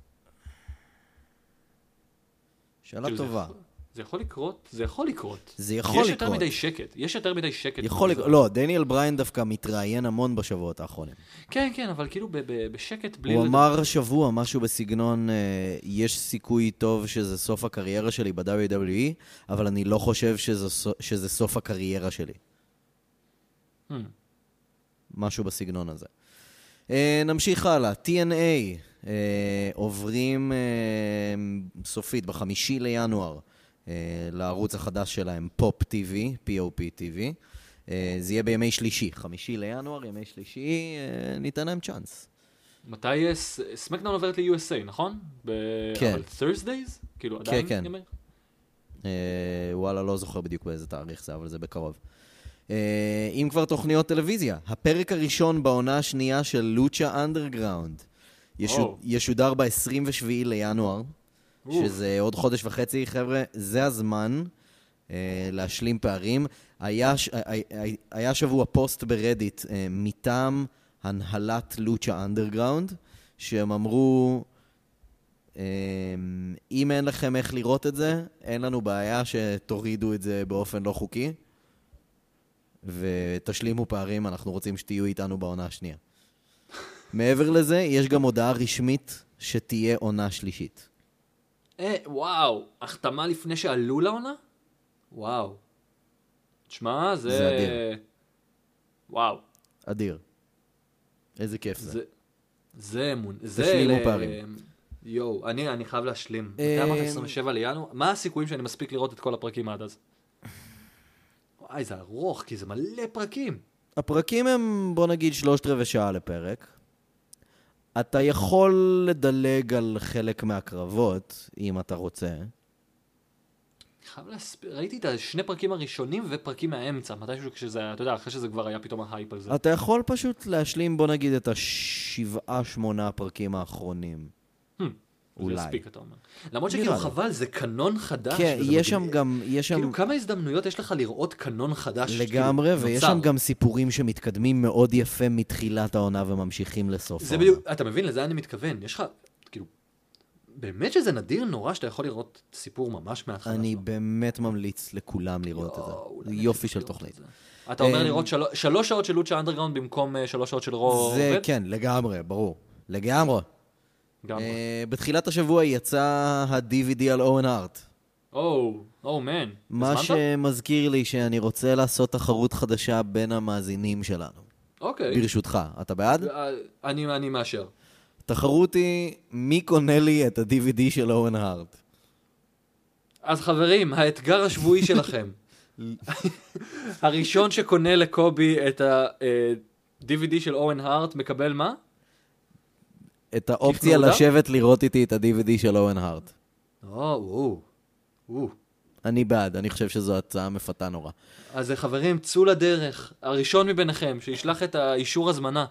שאלה כאילו, זה טובה. יכול- זה יכול לקרות? זה יכול לקרות. זה יכול יש יותר לקרות. מדי שקט. יש יותר מדי שקט. יכול במגזר. לקרות, לא, דניאל בריין דווקא מתראיין המון בשבועות האחרונים. כן, כן, אבל כאילו ב- ב- בשקט בלי... הוא לדבר. אמר שבוע משהו בסגנון, אה, יש סיכוי טוב שזה סוף הקריירה שלי ב-דאבליו דאבליו אי, אבל אני לא חושב שזה, סו- שזה סוף הקריירה שלי. Hmm. משהו בסגנון הזה. אה, נמשיך הלאה. טי אן איי אה, עוברים אה, סופית בחמישי לינואר אה, לערוץ החדש שלהם, פופ טי וי, פי או פי טי וי. אה, זה יהיה בימי שלישי. חמישי לינואר, ימי שלישי, אה, ניתן להם צ'אנס. מתי סמקדאון עוברת ל-יו אס איי, נכון? ב- כן. אבל Thursdays? כאילו עדיין? כן. ימי? אה, וואלה, לא זוכר בדיוק באיזה תאריך זה, אבל זה בקרוב. אה, אם כבר תוכניות טלוויזיה, הפרק הראשון בעונה השנייה של לוצ'ה אנדרגראונד או. ישודר ב-עשרים ושבעה לינואר, אוף. שזה עוד חודש וחצי, חבר'ה, זה הזמן אה, להשלים פערים. היה, ש- היה, היה- היה שבוע פוסט ברדיט אה, מטעם הנהלת לוצ'ה אנדרגראונד, שהם אמרו, אה, אם אין לכם איך לראות את זה, אין לנו בעיה שתורידו את זה באופן לא חוקי, ותשלימו פערים, אנחנו רוצים שתהיו איתנו בעונה השנייה. מעבר לזה, יש גם הודעה רשמית שתהיה עונה שלישית. אה, וואו, החתמה לפני שעלו לעונה? וואו. תשמע, זה... זה אדיר. וואו. אדיר. איזה כיף זה. זה... זה אמון. זה... תשלימו ל- פערים. יואו, אני, אני חייב להשלים. אה, מתי אמרת עשרים ושבעה לינואר? מה הסיכויים שאני מספיק לראות את כל הפרקים עד אז? וואי, זה ארוך, כי זה מלא פרקים. הפרקים הם, בוא נגיד, שלושת רבעי שעה לפרק. אתה יכול לדלג על חלק מהקרבות, אם אתה רוצה. אני חייב להסביר, ראיתי את השני פרקים הראשונים ופרקים מהאמצע, מתישהו כשזה היה, אתה יודע, אחרי שזה כבר היה פתאום ההייפ על זה. אתה יכול פשוט להשלים, בוא נגיד, את השבעה, שמונה הפרקים האחרונים. Hmm, אולי. זה הספיק, אתה אומר. למרות נראה שכאילו לי. חבל, זה קנון חדש. כן, וזה יש מדהים. שם גם, יש שם כאילו, כמה הזדמנויות יש לך לראות קנון חדש? לגמרי, כאילו, ויש נוצר? שם גם סיפורים שמתקדמים מאוד יפה מתחילת העונה וממשיכים לסוף זה העונה. בדיוק, אתה מבין, לזה אני מתכוון. יש לך, כאילו, באמת שזה נדיר נורא שאתה יכול לראות סיפור ממש מההתחלה. אני שלו. באמת ממליץ לכולם לראות את יואו, זה. אולי יופי אני של צריך לראות תוכנית. את זה. אתה אומר אמ, לראות של- שלוש שעות של לוצ'ה אנדרגראונד במקום אה, שלוש שעות של רו זה עובד? כן, לגמרי, ברור. לגמרי. גם. אה, בתחילת השבוע יצא ה-די וי די על אוון הארט. או, או מן. מה הזמנת? שמזכיר לי שאני רוצה לעשות תחרות חדשה בין המאזינים שלנו. אוקיי. ברשותך, אתה בעד? אה, אני אני מאשר. תחרות היא מי קונה לי את ה-די וי די של אוון הארט. אז חברים, האתגר השבועי שלכם. הראשון שקונה לקובי את ה-די וי די של אוון הארט מקבל מה? את האופציה מעודה? לשבת לראות איתי את ה-די וי די של אוון הארט. או, וואו. וואו. אני בעד, אני חושב שזו הצעה מפתה נורא. אז חברים, צאו לדרך. הראשון מביניכם שישלח את האישור הזמנה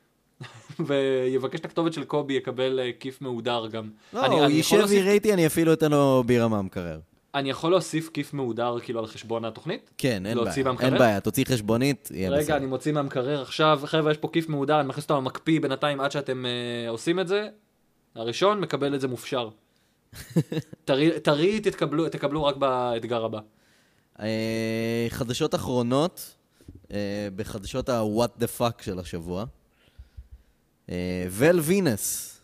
ויבקש את הכתובת של קובי יקבל אה, כיף מהודר גם. לא, אני- הוא אני יכול יישב להוסיף- ויראה איתי, אני אפילו אתן לו בירה מהמקרר. אני יכול להוסיף כיף מהודר כאילו על חשבון התוכנית? כן, אין להוציא בעיה. מהמקרר? אין בעיה, תוציא חשבונית, יהיה בסדר. רגע, אני מוציא מהמקרר עכשיו, חבר'ה, יש פה כיף מהודר, אני מכניס אותו למקפיא בינתיים עד שאתם uh, עושים את זה. הראשון מקבל את זה מופשר. טרי, טרי תתקבלו, תקבלו רק באתגר הבא. אה, חדשות אחרונות, אה, בחדשות ה-What the fuck של השבוע. אה, ול וינס.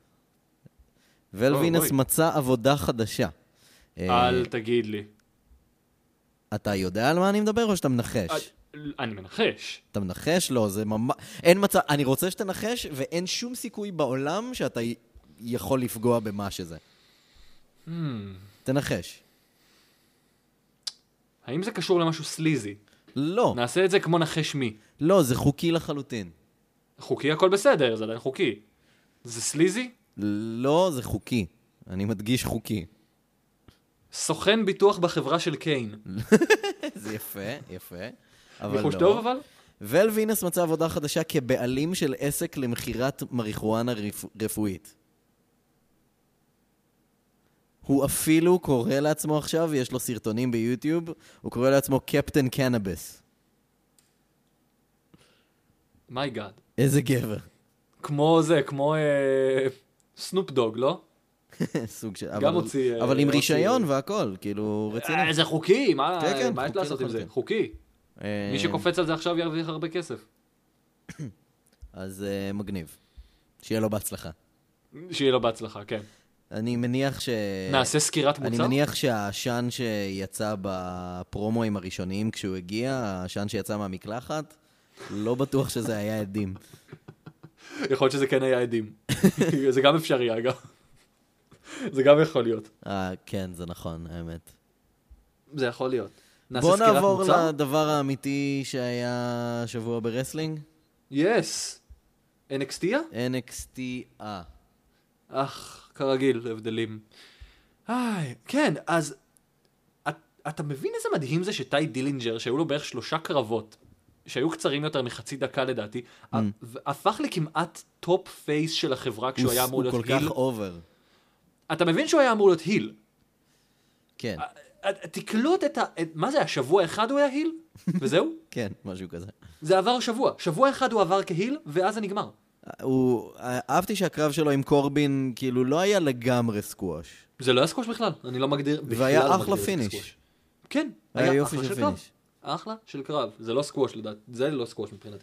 ול אוי, וינס אוי. מצא עבודה חדשה. אה, אל תגיד לי. אתה יודע על מה אני מדבר או שאתה מנחש? אה, אני מנחש. אתה מנחש? לא, זה ממש... אין מצב... אני רוצה שתנחש, ואין שום סיכוי בעולם שאתה י- יכול לפגוע במה שזה. Hmm. תנחש. האם זה קשור למשהו סליזי? לא, נעשה את זה כמו נחש מי. לא, זה חוקי לחלוטין. חוקי הכל בסדר, זה עדיין חוקי. זה סליזי? לא, זה חוקי. אני מדגיש חוקי. סוכן ביטוח בחברה של קיין. זה יפה, יפה. אבל ניחוש לא. טוב אבל? ול וינס מצא עבודה חדשה כבעלים של עסק למכירת מריחואנה רפ... רפואית. הוא אפילו קורא לעצמו עכשיו, יש לו סרטונים ביוטיוב, הוא קורא לעצמו קפטן קנאביס. מי גאד. איזה גבר. כמו זה, כמו אה, סנופ דוג, לא? סוג של... גם אבל, הוציא, אבל עם הוציא- רישיון והכל, כאילו רציני. אה, זה חוקי, מה כן, כן, מה יש חוקי לעשות עם זה? לחלוטין. חוקי. אה, מי שקופץ על זה עכשיו ירוויח הרבה כסף. אז uh, מגניב. שיהיה לו בהצלחה. שיהיה לו בהצלחה, כן. אני מניח ש... נעשה סקירת אני מוצר? מניח שהעשן שיצא בפרומואים הראשוניים כשהוא הגיע, העשן שיצא מהמקלחת, לא בטוח שזה היה עדים. יכול להיות שזה כן היה עדים. זה גם אפשרי, אגב. זה גם יכול להיות. אה, כן, זה נכון, האמת. זה יכול להיות. נעשה בוא סקירת נעבור מוצר? לדבר האמיתי שהיה שבוע ברסלינג. יס. אן אקס טי? אן אקס טי, אה. אך, כרגיל, הבדלים. איי, כן, אז את, אתה מבין איזה מדהים זה שטי דילינג'ר, שהיו לו בערך שלושה קרבות, שהיו קצרים יותר מחצי דקה לדעתי, Mm. הפך לכמעט טופ פייס של החברה כשהוא היה אמור הוא להיות כל היל. כך אובר. אתה מבין שהוא היה אמור להיות היל. כן, תקלוט את ה... את- מה זה, השבוע אחד הוא היה היל? וזהו? כן, משהו כזה. זה עבר שבוע. שבוע אחד הוא עבר כהיל, ואז זה נגמר. הוא... אהבתי שהקרב שלו עם קורבין, כאילו, לא היה לגמרי סקווש. זה לא היה סקווש בכלל, אני לא מגדיר... בכלל והיה לא אחלה מגדיר את זה פיניש. כסקווש. כן, היה היה יופי אחלה של של קרב. פיניש. אחלה של קרב. זה לא סקווש לדעת, זה לא סקווש מבחינתי.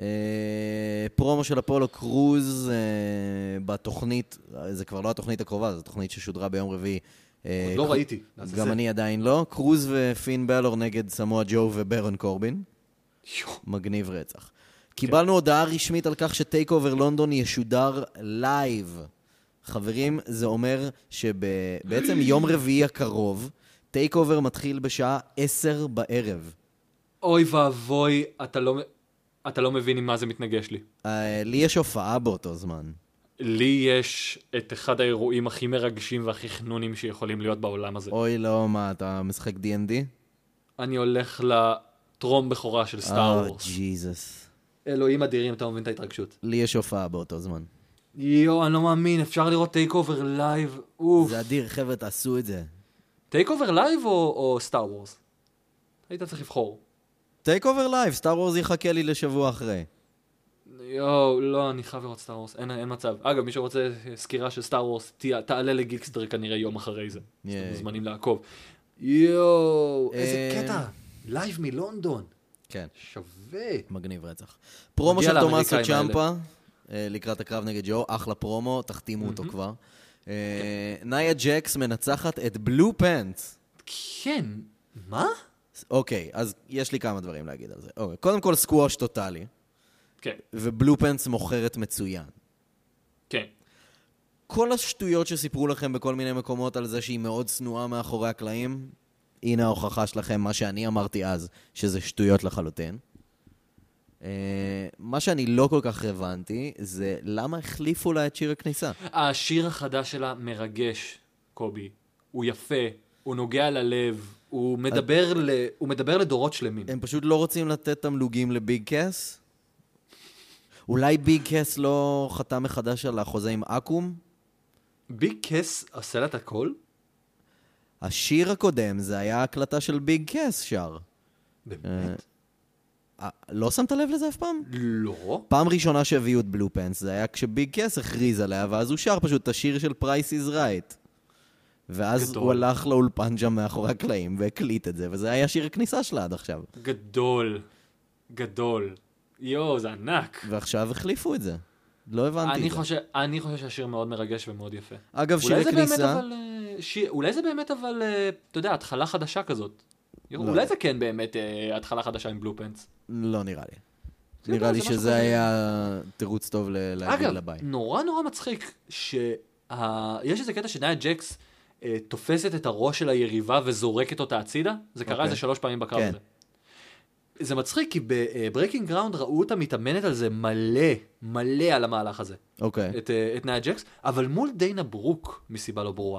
אה, פרומו של אפולו קרוז אה, בתוכנית, זה כבר לא התוכנית הקרובה, זו תוכנית ששודרה ביום רביעי. אה, עוד לא קר- ראיתי. גם אני עדיין לא. קרוז ופין בלור נגד סמואה ג'ו וברון קורבין. יו. מגניב רצח. קיבלנו הודעה רשמית על כך שטייק אובר לונדון ישודר לייב. חברים, זה אומר שבעצם יום רביעי הקרוב, טייק אובר מתחיל בשעה עשר בערב. אוי ואבוי, אתה לא, אתה לא מבין עם מה זה מתנגש לי. אה, לי יש הופעה באותו זמן. לי יש את אחד האירועים הכי מרגשים והכי חנונים שיכולים להיות בעולם הזה. אוי לא, מה, אתה משחק די אנד די? אני הולך לטרום בכורה של סטאר אה, וורס. ג'יזוס. אלוהים אדירים, אתה מבין את ההתרגשות. לי יש הופעה באותו זמן. יואו, אני לא מאמין, אפשר לראות טייק אובר לייב. אוף. זה אדיר, חבר'ה, תעשו את זה. טייק אובר לייב או, או סטאר וורס? היית צריך לבחור. טייק אובר לייב, סטאר וורס יחכה לי לשבוע אחרי. יואו, לא, אני חייב לראות סטאר וורס, אין, אין מצב. אגב, מי שרוצה סקירה של סטאר וורס, תה, תעלה לגיקסטר כנראה יום אחרי זה. אז ייי. אתם מוזמנים לעקוב. יואו, איזה אה, קטע. לייב מלונדון. כן. שווה. מגניב רצח. פרומו מגיע של תומאסו לאמריקאים צ'מפה, אה, לקראת הקרב נגד ג'ו, אחלה פרומו, תחתימו אותו כבר. אה, נאיה ג'קס מנצחת את בלו פנטס. כן, מה? אוקיי, אז יש לי כמה דברים להגיד על זה. אוקיי, קודם כל סקווש טוטלי, כן, ובלו פנטס מוכרת מצוין. כן. כל השטויות שסיפרו לכם בכל מיני מקומות על זה שהיא מאוד צנועה מאחורי הקלעים, הנה ההוכחה שלכם, מה שאני אמרתי אז, שזה שטויות לחלוטין. Uh, מה שאני לא כל כך הבנתי, זה למה החליפו לה את שיר הכניסה. השיר החדש שלה מרגש, קובי. הוא יפה, הוא נוגע ללב, הוא מדבר, ל... הוא מדבר לדורות שלמים. הם פשוט לא רוצים לתת תמלוגים לביג קאס? אולי ביג קאס לא חתם מחדש על החוזה עם אקום? ביג קס עושה לה את הכל? השיר הקודם, זה היה הקלטה של ביג קס שר. באמת? אה, לא שמת לב לזה אף פעם? לא. פעם ראשונה שהביאו את בלו פנס, זה היה כשביג קס הכריז עליה, ואז הוא שר פשוט את השיר של Price is Right. ואז גדול. הוא הלך לאולפן שם מאחורי הקלעים והקליט את זה, וזה היה שיר הכניסה שלה עד עכשיו. גדול. גדול. יואו, זה ענק. ועכשיו החליפו את זה. לא הבנתי אני את זה. חושב, אני חושב שהשיר מאוד מרגש ומאוד יפה. אגב, שיר אולי זה באמת הכניסה... אבל, אה, שיר, אולי זה באמת אבל, אה, אתה יודע, התחלה חדשה כזאת. אולי זה כן באמת אה, התחלה חדשה עם בלו פנס. לא נראה לי. זה נראה לא, לי זה משהו שזה כזה. היה תירוץ טוב ל- להגיד אגב, לביי. נורא נורא מצחיק שיש איזה קטע שניה ג'קס אה, תופסת את הראש של היריבה וזורקת אותה הצידה. זה קרה אוקיי. איזה שלוש פעמים בקרב כן. הזה. זה מצחיק כי בברקינג גראונד ראו אותה מתאמנת על זה מלא, מלא על המהלך הזה. אוקיי. את, אה, את ניה ג'קס, אבל מול דיינה ברוק מסיבה לא ברורה.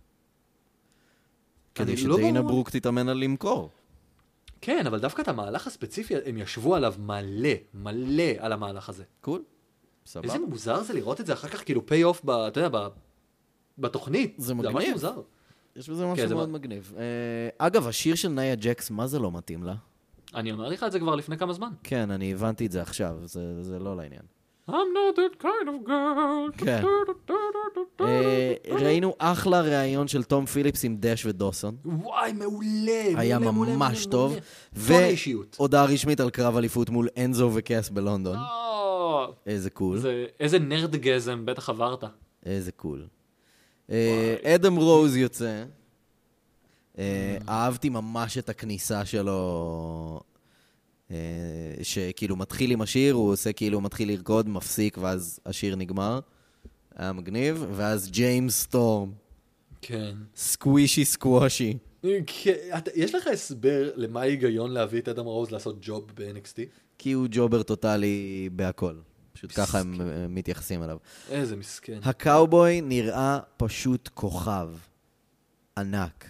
כדי אני לא שדיינה ברור. ברוק תתאמן על למכור. כן, אבל דווקא את המהלך הספציפי, הם ישבו עליו מלא, מלא על המהלך הזה. קול. סבבה. איזה מוזר זה לראות את זה אחר כך כאילו פיי אוף, ב, אתה יודע, ב, בתוכנית. זה זה ממש מגניב. מוזר. יש בזה כן, משהו זה מאוד מה- מגניב. אה, אגב, השיר של ניה ג'קס, מה זה לא מתאים לה? אני אומר לך את זה כבר לפני כמה זמן. כן, אני הבנתי את זה עכשיו, זה זה לא לעניין. I'm not that kind of girl. כן. אה, ראינו אחלה ראיון של תום פיליפס עם דש ודוסון. וואי, מעולה. היה מעולה, מעולה, ממש מעולה, טוב. מעולה. כל האישיות. והודעה רשמית על קרב אליפות מול אנזו וקאס בלונדון. אה, איזה קול. זה- איזה נרד גזם, בטח עברת. איזה קול. אה, אדם רוז יוצא. אה, אהבתי ממש את הכניסה שלו, אה, שכאילו מתחיל עם השיר, הוא עושה כאילו מתחיל לרקוד, מפסיק, ואז השיר נגמר. היה מגניב. ואז ג'יימס סטורם, כן. סקווישי סקוושי. כן, אתה- יש לך הסבר למה ההיגיון להביא את אדם רוז לעשות ג'וב ב-אן אקס טי? כי הוא ג'ובר טוטלי בהכל. פשוט ככה הם אה, מתייחסים אליו. איזה מסכן. הקאובוי נראה פשוט כוכב. ענק.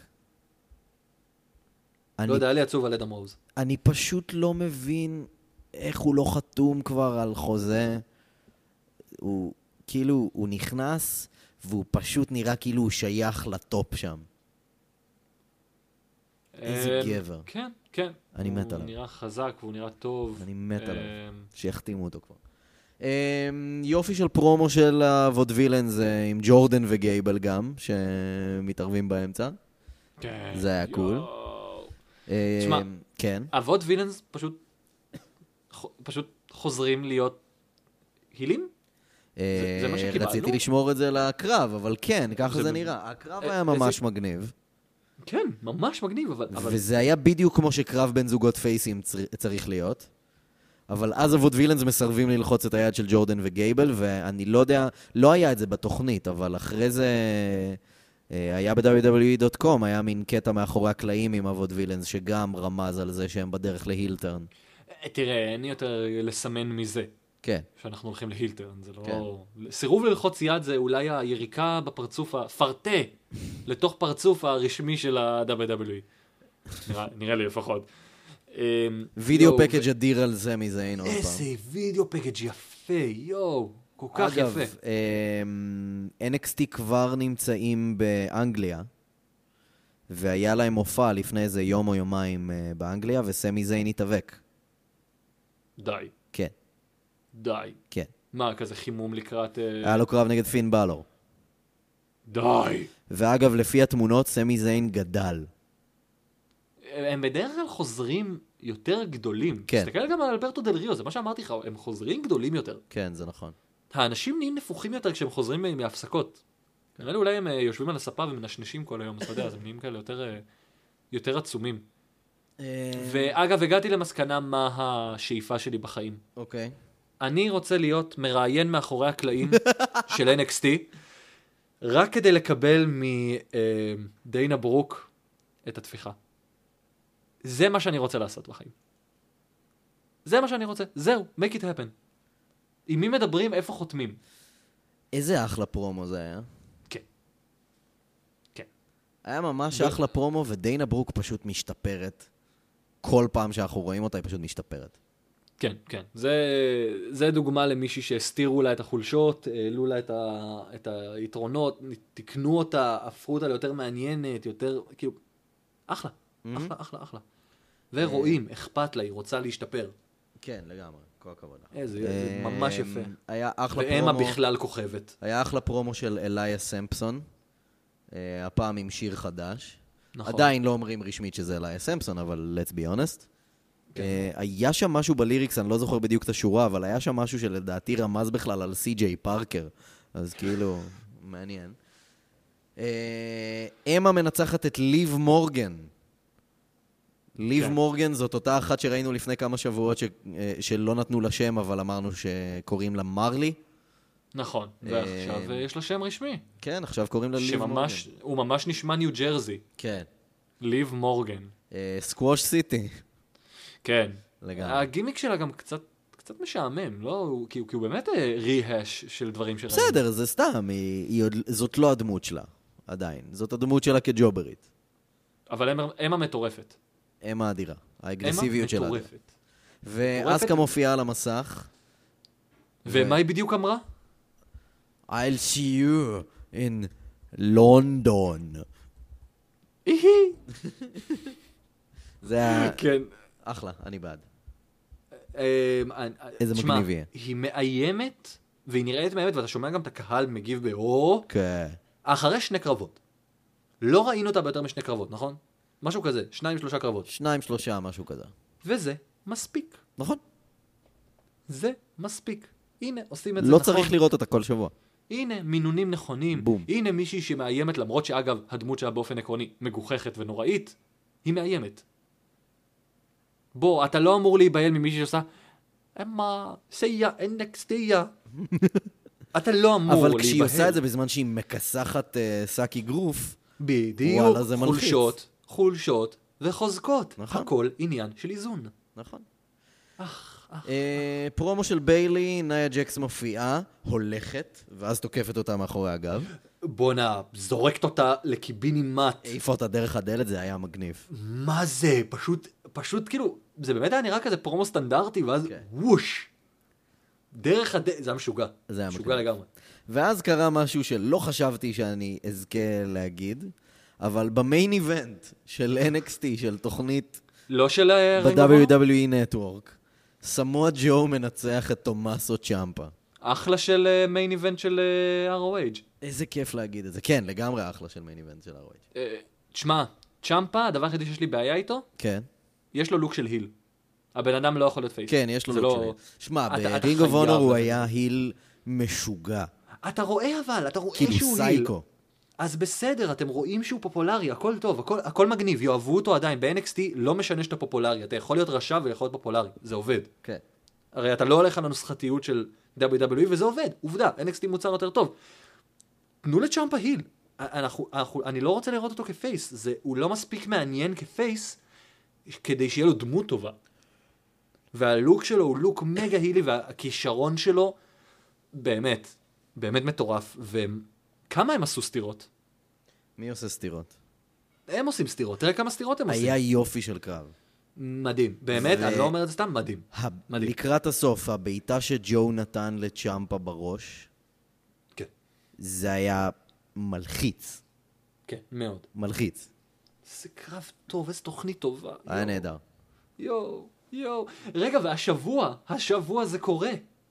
אני, לא יודע, היה לי עצוב על אדם רוז. אני פשוט לא מבין איך הוא לא חתום כבר על חוזה. הוא כאילו, הוא נכנס והוא פשוט נראה כאילו הוא שייך לטופ שם. איזה אמ, גבר. כן, כן. אני מת עליו. הוא נראה חזק והוא נראה טוב. אני מת עליו. אמ, שיחתימו אותו כבר. Um, יופי של פרומו של הוודווילן זה עם ג'ורדן וגייבל גם, שמתערבים באמצע. כן. זה היה קול. יואו. Um, תשמע, כן. אבות וילאנס פשוט פשוט חוזרים להיות הילים? זה- זה מה אה, שקיבלנו? רציתי לשמור את זה לקרב, אבל כן, ככה זה זה ב- נראה. הקרב אה, היה איזה- ממש מגניב, כן, ממש מגניב, אבל... אבל- וזה היה בדיוק כמו שקרב בין זוגות פייסים צר- צריך להיות. אבל אז הוודווילנס מסרבים ללחוץ את היד של ג'ורדן וגייבל, ואני לא יודע, לא היה את זה בתוכנית, אבל אחרי זה אה, היה ב-דאבליו דאבליו אי דוט קום, היה מין קטע מאחורי הקלעים עם הוודווילנס, שגם רמז על זה שהם בדרך להילטרן. אה, תראה, אין יותר לסמן מזה, כן. שאנחנו הולכים להילטרן, זה לא... כן. סירוב ללחוץ יד זה אולי היריקה בפרצוף, הפרטה, לתוך פרצוף הרשמי של ה-דאבליו דאבליו אי. נראה- נראה לי לפחות. אמ, וידאו יואו, פקאג' אדיר על זה מזיין עוד פעם. איזה וידאו פקאג' יפה, יואו, כל כך אגב, יפה. אמ, אן אקס טי כבר נמצאים באנגליה, והיה להם מופע לפני איזה יום או יומיים אה, באנגליה, וסמי זיין התאבק. די, כן, די. כן. מה, כזה חימום לקראת... אה, היה לו קרב נגד פין בלור. די. ואגב, לפי התמונות, סמי זיין גדל. הם בדרך כלל חוזרים יותר גדולים. כן. תסתכל גם על אלברטו דל ריו, זה מה שאמרתי לך, הם חוזרים גדולים יותר. כן, זה נכון. האנשים נהיים נפוחים יותר כשהם חוזרים מ- מהפסקות. נראה לי אולי הם אה, יושבים על הספה ומנשנשים כל היום, אז אתה יודע, אז הם נהיים כאלה יותר, אה, יותר עצומים. ואגב, הגעתי למסקנה מה השאיפה שלי בחיים. אוקיי. אני רוצה להיות מראיין מאחורי הקלעים של אן אקס טי, רק כדי לקבל מדיינה ברוק את התפיחה. זה מה שאני רוצה לעשות בחיים. זה מה שאני רוצה. זהו, make it happen. עם מי מדברים, איפה חותמים. איזה אחלה פרומו זה היה. כן. כן. היה ממש ו- אחלה פרומו, ודיינה ברוק פשוט משתפרת. כל פעם שאנחנו רואים אותה, היא פשוט משתפרת. כן, כן. זה, זה דוגמה למישהי שהסתירו לה את החולשות, העלו לה את, ה, את היתרונות, תקנו אותה, הפכו אותה ליותר מעניינת, יותר, כאילו, אחלה, mm-hmm. אחלה, אחלה, אחלה. ורואים, אכפת לה, היא רוצה להשתפר. כן, לגמרי, כל הכבוד. איזה, זה ממש יפה. היה אחלה ואמה פרומו. בכלל כוכבת. היה אחלה פרומו של אליה סמפסון, הפעם עם שיר חדש. נכון. עדיין לא אומרים רשמית שזה אליה סמפסון, אבל let's be honest. היה שם משהו בליריקס, אני לא זוכר בדיוק את השורה, אבל היה שם משהו שלדעתי רמז בכלל על סי ג'יי פארקר. אז כאילו, מעניין. אמה מנצחת את ליב מורגן. ליב מורגן זאת אותה אחת שראינו לפני כמה שבועות שלא נתנו לה שם, אבל אמרנו שקוראים לה מרלי. נכון, ועכשיו יש לה שם רשמי. כן, עכשיו קוראים לה ליב מורגן. הוא ממש נשמע ניו ג'רזי. כן. ליב מורגן. סקווש סיטי. כן. לגמרי. הגימיק שלה גם קצת, קצת משעמם, לא? כי, כי הוא באמת ריהש של דברים שראינו. בסדר, זה סתם, היא, היא עוד, זאת לא הדמות שלה, עדיין. זאת הדמות שלה כג'וברית. אבל אמה מטורפת. אמה אדירה. האגרסיביות שלה. אמה מטורפת. ואסקה מופיעה על המסך. ומה היא בדיוק אמרה? I'll see you in London. זה היה... כן. אחלה, אני בעד. איזה מגניב יהיה. היא מאיימת, והיא נראית מאיימת, ואתה שומע גם את הקהל מגיב באו. כן. אחרי שני קרבות. לא ראינו אותה ביותר משני קרבות, נכון? משהו כזה, שניים, שלושה קרבות. שניים, שלושה, משהו כזה. וזה מספיק. נכון. זה מספיק. הנה, עושים את זה לא נכון. לא צריך לראות אותה כל שבוע. הנה, מינונים נכונים. בום. הנה מישהי שמאיימת, למרות שאגב, הדמות שלה באופן עקרוני מגוחכת ונוראית, היא מאיימת. בוא, אתה לא אמור להיבהל ממישהי שעושה, אמה, סייע, אנקסטיה. אתה לא אמור להיבהל. אבל כשהיא עושה את זה בזמן שהיא מקסחת uh, סאקי גרוף, בדיוק, וואלה, זה מלחיץ. חולשות, חולשות וחוזקות. נכון. הכל עניין של איזון. נכון. אך, אך. אה, פרומו של ביילי, נאיה ג'קס מופיעה, הולכת, ואז תוקפת אותה מאחורי הגב. בונה, זורקת אותה לקיבינימט. העיפה אותה דרך הדלת, זה היה מגניב. מה זה? פשוט, פשוט כאילו, זה באמת היה נראה כזה פרומו סטנדרטי, ואז ווש. דרך הדלת, זה היה משוגע. זה היה משוגע לגמרי. ואז קרה משהו שלא חשבתי שאני אזכה להגיד, אבל במיין איבנט של אן אקס טי, של תוכנית לא של ב-דאבליו דאבליו אי Network, סמואה ג'ו מנצח את תומאסו צ'אמפה. אחלה של מיין איבנט של אר או אייץ'. איזה כיף להגיד את זה. כן, לגמרי אחלה של מיין איבנט של אר או אייץ'. תשמע, צ'אמפה, הדבר היחידי שיש לי בעיה איתו, כן. יש לו לוק של היל. הבן אדם לא יכול להיות פייס. כן, יש לו לוק לא... של היל. שמע, אתה, ברינג אוף אונור הוא היה היל משוגע. אתה רואה אבל, אתה רואה כאילו שהוא סייקו. היל. אז בסדר, אתם רואים שהוא פופולרי, הכל טוב, הכל, הכל מגניב, יאהבו אותו עדיין. ב-אן אקס טי לא משנה שאתה פופולרי, אתה יכול להיות רשע ויכול להיות פופולרי, זה עובד. כן. הרי אתה לא הולך על הנוסחתיות של דאבליו דאבליו אי וזה עובד, עובדה, אן אקס טי מוצר יותר טוב. תנו לצ'אמפה היל. אנחנו, אנחנו, אני לא רוצה לראות אותו כפייס, זה, הוא לא מספיק מעניין כפייס כדי שיהיה לו דמות טובה. והלוק שלו הוא לוק מגה הילי, והכישרון שלו באמת, באמת מטורף. וכמה הם עשו סתירות? מי עושה סתירות? הם עושים סתירות, תראה כמה סתירות הם עושים. היה יופי של קרב. מדהים, באמת, ו... אני לא אומר את זה סתם, מדהים. ה... מדהים. לקראת הסוף, הביתה שג'ו נתן לצ'אמפה בראש, כן. זה היה מלחיץ. כן, מאוד. מלחיץ. זה קרב טוב, איזה תוכנית טובה. היה יו. נהדר. יואו, יואו. רגע, והשבוע, השבוע זה קורה.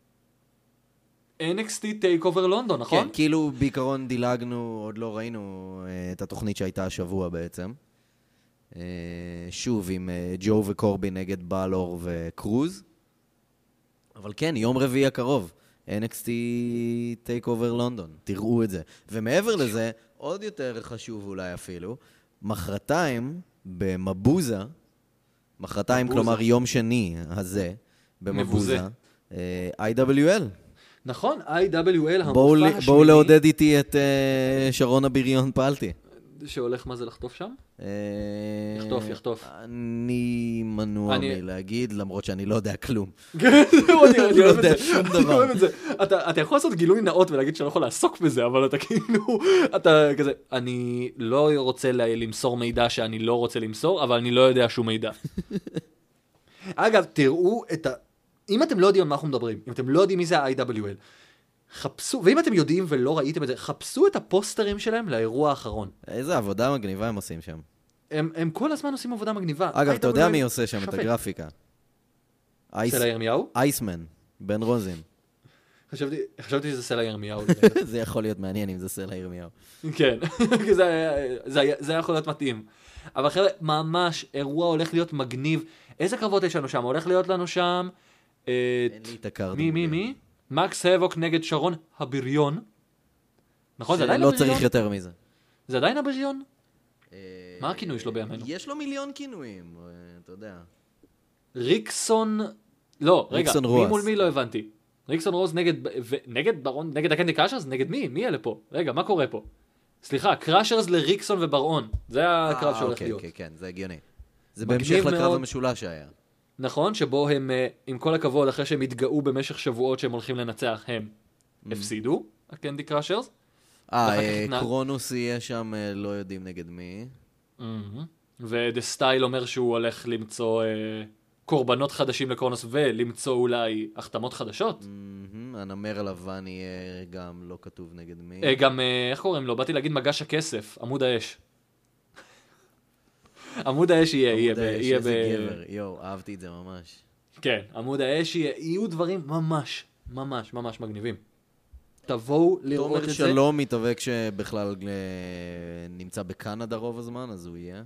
אן אקס טי Takeover לונדון, נכון? כן, כאילו בעיקרון דילגנו, עוד לא ראינו את התוכנית שהייתה השבוע בעצם. שוב, עם ג'ו וקורבי נגד בלור וקרוז. אבל כן, יום רביעי הקרוב. אן אקס טי Takeover לונדון. תראו את זה. ומעבר לזה, עוד יותר חשוב אולי אפילו, מחרתיים במבוזה, מחרתיים כלומר יום שני הזה, במבוזה, איי דאבליו אל. נכון, איי דאבליו אל, המופע השמיני. בואו לעודד איתי את שרונה בריון פלטי. שהולך מה זה לחטוף שם? יחטוף, יחטוף. אני מנוע מלהגיד, למרות שאני לא יודע כלום. אני לא יודע שום דבר. אתה יכול לעשות גילוי נאות ולהגיד שאני לא יכול לעסוק בזה, אבל אתה כאילו, אתה כזה, אני לא רוצה למסור מידע שאני לא רוצה למסור, אבל אני לא יודע שום מידע. אגב, תראו את אם אתם לא יודעים על מה אנחנו מדברים, אם אתם לא יודעים מי זה ה-איי דאבליו אל, חפשו, ואם אתם יודעים ולא ראיתם את זה, חפשו את הפוסטרים שלהם לאירוע האחרון. איזה עבודה מגניבה הם עושים שם. הם, הם כל הזמן עושים עבודה מגניבה. אגב, אתה יודע מי עושה שם את הגרפיקה? סלע ירמיהו? אייסמן, בן רוזין. חשבתי, חשבתי שזה סלע ירמיהו. זה יכול להיות מעניין אם זה סלע ירמיהו. כן, זה, זה, זה יכול להיות מתאים. אבל חבר'ה, ממש אירוע הולך להיות מגניב. איזה קרבות יש לנו שם? הולך להיות לנו שם... אין לי את הקארד. מי, מי, מי? מקס הבוק נגד שרון הבריון. נכון, זה עדיין הבריון? הבריון? לא צריך יותר מזה. זה עדיין הבריון? מה הכינוי שלו בימינו? יש לו מיליון כינויים, אתה יודע. ריקסון... לא, רגע, ריקסון מי רוז. מול מי לא הבנתי. ריקסון רוז נגד... ו... נגד ברון? נגד הקנדי קראשרס? נגד מי? מי אלה פה? רגע, מה קורה פה? סליחה, קראשרס לריקסון וברון. זה הקרב שהולך אוקיי, להיות. כן, כן, זה הגיוני. זה מגניב בהמשך לקרב מאוד. המשולש שהיה. נכון, שבו הם, אה, עם כל הכבוד, אחרי שהם התגאו במשך שבועות שהם הולכים לנצח, הם הפסידו, הקנדי קראשרס. ואחר אה, כך אה, התנע- קרונוס יהיה שם, אה, לא יודעים נגד מי. ודה סטייל אומר שהוא הולך למצוא אה, קורבנות חדשים לקרונוס, ולמצוא אולי החתמות חדשות. מהמם, הנמר הלבן יהיה גם לא כתוב נגד מי. אה, גם, אה, איך קוראים לו? באתי להגיד מגש הכסף, עמוד האש. עמוד האש יהיה, יהיה, עמוד ב- האש, יהיה איזה ב... גבר, יואו, אהבתי את זה ממש. כן, עמוד האש יהיה, יהיו דברים ממש, ממש, ממש מגניבים. תבואו לראות תומר את זה. שלום מתאבק שבכלל אה, נמצא בקנדה רוב הזמן, אז הוא יהיה.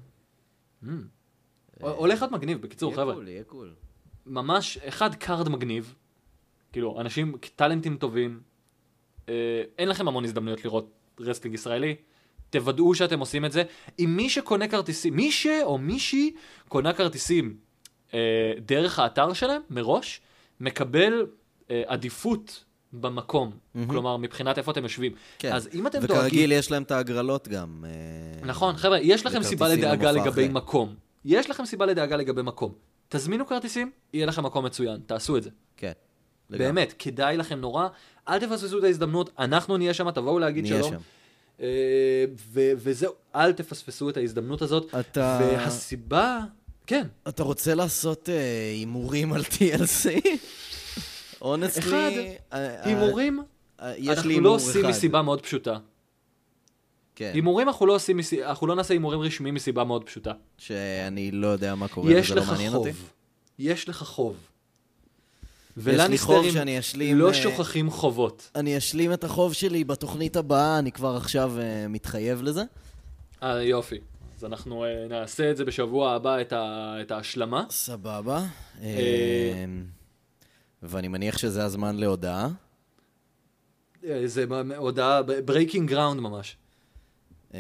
הולך להיות מגניב, בקיצור, יהיה חבר'ה. קול, יהיה קול. ממש, אחד קארד מגניב, כאילו, אנשים, טלנטים טובים, אה, אין לכם המון הזדמנויות לראות רסטינג ישראלי, תוודאו שאתם עושים את זה. אם מי שקונה כרטיסים, מי ש... או מישהי קונה כרטיסים אה, דרך האתר שלהם, מראש, מקבל אה, עדיפות במקום, כלומר, מבחינת איפה אתם יושבים. כן. אז אם אתם וכרגיל דואגים... יש להם את ההגרלות גם. אה, נכון, חבר'ה, יש לכם וכרטיסים סיבה לדאגה למופע לגבי אחר. מקום. יש לכם סיבה לדאגה לגבי מקום. תזמינו כרטיסים, יהיה לכם מקום מצוין, תעשו את זה. כן. לגמרי. באמת, כדאי לכם נורא, אל תפספסו את ההזדמנות, אנחנו נהיה שם, תבואו להגיד נהיה שלום. שם. אה, ו- וזהו, אל תפספסו את ההזדמנות הזאת. אתה- והסיבה, כן, אתה רוצה לעשות אה, הימורים על טי אל סי? הונסטלי... אחד, הימורים, יש אנחנו לי לא הימור עושים אחד. מסיבה מאוד פשוטה. כן. הימורים אנחנו לא עושים, מס- אנחנו לא נעשה הימורים רשמיים מסיבה מאוד פשוטה. שאני לא יודע מה קורה, יש וזה לא לך מעניין אותי. חוב. יש לך חוב. יש לי חוב ולניסטרים שאני אשלים... לא אה, שוכחים חובות. אני אשלים את החוב שלי בתוכנית הבאה, אני כבר עכשיו uh, מתחייב לזה. אה, יופי. אז אנחנו אה, נעשה את זה בשבוע הבא, את, ה, את ההשלמה. סבבה. אה, ואני מניח שזה הזמן להודעה. אה, זה מ- הודעה, ברייקינג גראונד ממש. אה,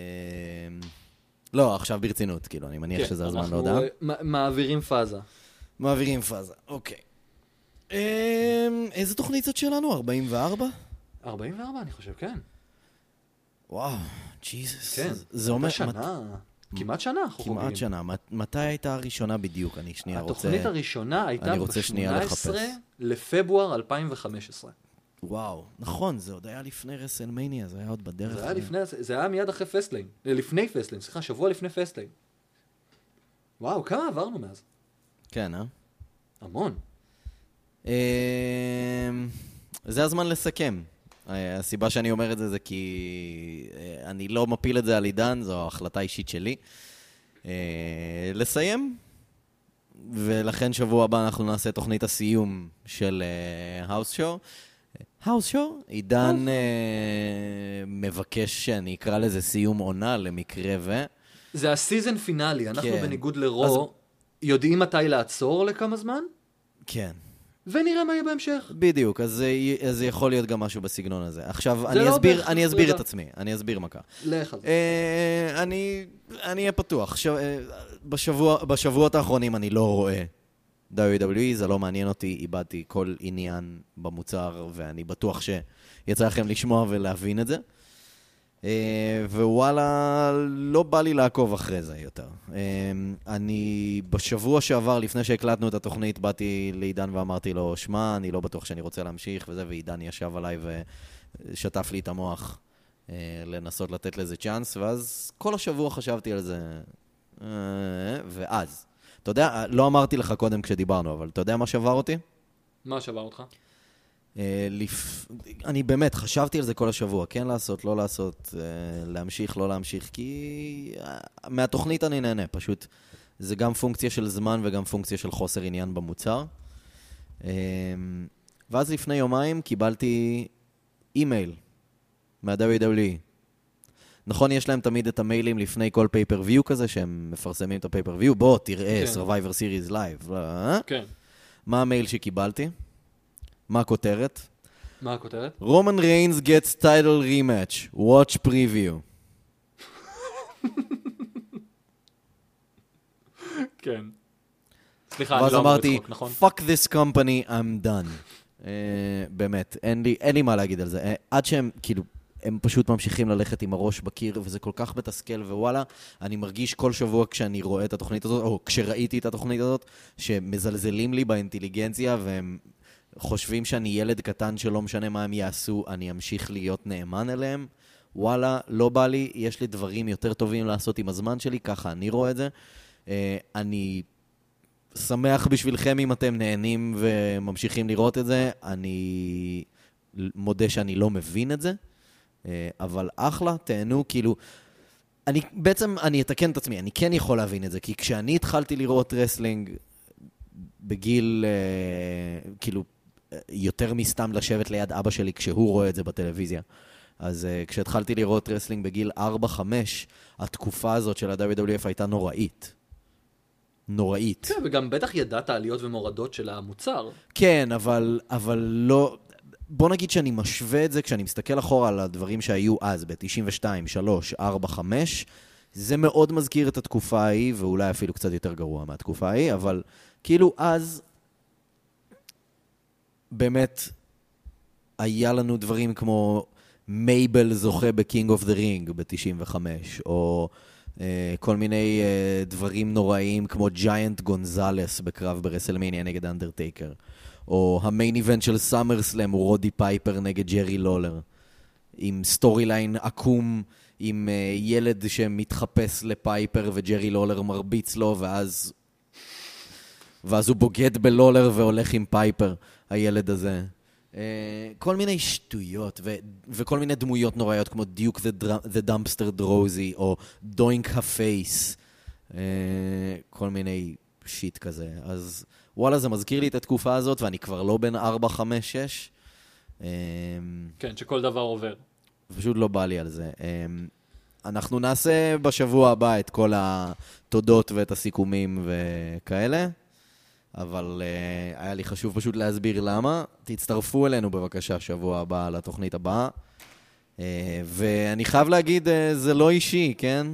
לא, עכשיו ברצינות, כאילו, אני מניח שזה הזמן להודעה. אנחנו אה, מ- מעבירים פאזה. מעבירים פאזה, אוקיי. אה, איזה תוכנית זאת שלנו? ארבעים וארבע? ארבעים וארבע אני חושב, כן. וואו, ג'יזוס. כן. זה אומר... הייתה שנה, כמעט שנה אנחנו חוגגים. כמעט שנה. מת- מתי הייתה הראשונה בדיוק? אני שנייה רוצה... התוכנית הראשונה הייתה אני רוצה שנייה ב-שמונה לחפש. עשרה לפברואר אלפיים וחמש עשרה. וואו, נכון, זה עוד היה לפני רסלמניה, זה היה עוד בדרך. זה היה לפני, זה היה מיד אחרי פסטליין. לפני פסטליין, סליחה, שבוע לפני פסטליין. וואו, כמה עברנו מאז? כן, אה? המון. אמ, זה הזמן לסכם. אה, הסיבה שאני אומר את זה זה כי אה, אני לא מפיל את זה על עידן, זו החלטה אישית שלי. אה, לסיים, ולכן שבוע הבא אנחנו נעשה תוכנית הסיום של האוס שואו. האוס שואו, עידן אה, מבקש שאני אקרא לזה סיום עונה למקרה ו... זה הסיזן פינאלי, אנחנו כן. בניגוד לרו, יודעים מתי לעצור לכמה זמן, כן. ונראה מה יהיה בהמשך. בדיוק, אז זה, אז זה יכול להיות גם משהו בסגנון הזה. עכשיו, זה אני לא אסביר, בהכרח אני אסביר רגע. את עצמי, אני אסביר מה קרה. לך על זה. אה, אני, אני אהיה פתוח. ש... אה, בשבוע, בשבועות האחרונים אני לא רואה דאבליו דאבליו אי, זה לא מעניין אותי, איבדתי כל עניין במוצר, ואני בטוח שיצא לכם לשמוע ולהבין את זה. אה, ווואלה, לא בא לי לעקוב אחרי זה יותר. אה, אני בשבוע שעבר, לפני שהקלטנו את התוכנית, באתי לעידן ואמרתי לו, שמע, אני לא בטוח שאני רוצה להמשיך וזה, ועידן ישב עליי ושטף לי את המוח אה, לנסות לתת לזה צ'אנס, ואז כל השבוע חשבתי על זה, אה, ואז. אתה יודע, לא אמרתי לך קודם כשדיברנו, אבל אתה יודע מה שבר אותי? מה שבר אותך? אני באמת חשבתי על זה כל השבוע, כן לעשות, לא לעשות, להמשיך, לא להמשיך, כי מהתוכנית אני נהנה, פשוט זה גם פונקציה של זמן וגם פונקציה של חוסר עניין במוצר. ואז לפני יומיים קיבלתי אימייל מה-דאבליו דאבליו אי. נכון, יש להם תמיד את המיילים לפני כל פייפר-ויו כזה, שהם מפרסמים את הפייפר-ויו, בוא, תראה, כן. Survivor Series Live. כן. מה המייל שקיבלתי? מה הכותרת? מה הכותרת? Roman Reigns gets title rematch. Watch preview. כן. סליחה, אני ואז לא אמור אמרתי, לצחוק, נכון? fuck this company, I'm done. Uh, באמת, אין לי, אין לי מה להגיד על זה. Uh, עד שהם, כאילו, הם פשוט ממשיכים ללכת עם הראש בקיר, וזה כל כך מתסכל, ווואלה, אני מרגיש כל שבוע כשאני רואה את התוכנית הזאת, או כשראיתי את התוכנית הזאת, שמזלזלים לי באינטליגנציה, והם חושבים שאני ילד קטן שלא משנה מה הם יעשו, אני אמשיך להיות נאמן אליהם. וואלה, לא בא לי, יש לי דברים יותר טובים לעשות עם הזמן שלי, ככה אני רואה את זה. Uh, אני שמח בשבילכם אם אתם נהנים וממשיכים לראות את זה. אני מודה שאני לא מבין את זה, uh, אבל אחלה, תהנו, כאילו, אני, בעצם אני אתקן את עצמי, אני כן יכול להבין את זה, כי כשאני התחלתי לראות רסלינג בגיל, uh, כאילו, יותר מסתם לשבת ליד אבא שלי כשהוא רואה את זה בטלוויזיה, אז uh, כשהתחלתי לראות רסלינג בגיל ארבע חמש, התקופה הזאת של ה-דאבליו דאבליו אף הייתה נוראית. נוראית. כן, וגם בטח ידעת עליות ומורדות של המוצר. כן, אבל, אבל לא... בוא נגיד שאני משווה את זה, כשאני מסתכל אחורה על הדברים שהיו אז, ב-תשעים ושתיים, שלוש, ארבע, חמש, זה מאוד מזכיר את התקופה ההיא, ואולי אפילו קצת יותר גרוע מהתקופה ההיא, אבל כאילו אז, באמת, היה לנו דברים כמו מייבל זוכה בקינג אוף דה רינג ב-תשעים וחמש, או uh, כל מיני uh, דברים נוראים כמו ג'יינט גונזלס בקרב ברסלמניה נגד אנדרטייקר, או המיין איבנט של סאמר סלאם הוא רודי פייפר נגד ג'רי לולר, עם סטורי ליין עקום, עם uh, ילד שמתחפש לפייפר וג'רי לולר מרביץ לו, ואז, ואז הוא בוגד בלולר והולך עם פייפר, הילד הזה. כל מיני שטויות, ו- וכל מיני דמויות נוראיות, כמו דיוק the dumpster drowsy, או דוינק הפייס, כל מיני שיט כזה. אז וואלה, זה מזכיר לי את התקופה הזאת, ואני כבר לא בין ארבע, חמש, שש. כן, שכל דבר עובר. פשוט לא בא לי על זה. אנחנו נעשה בשבוע הבא את כל התודות ואת הסיכומים וכאלה. אבל uh, היה לי חשוב פשוט להסביר למה. תצטרפו אלינו בבקשה שבוע הבא לתוכנית הבאה. Uh, ואני חייב להגיד, uh, זה לא אישי, כן?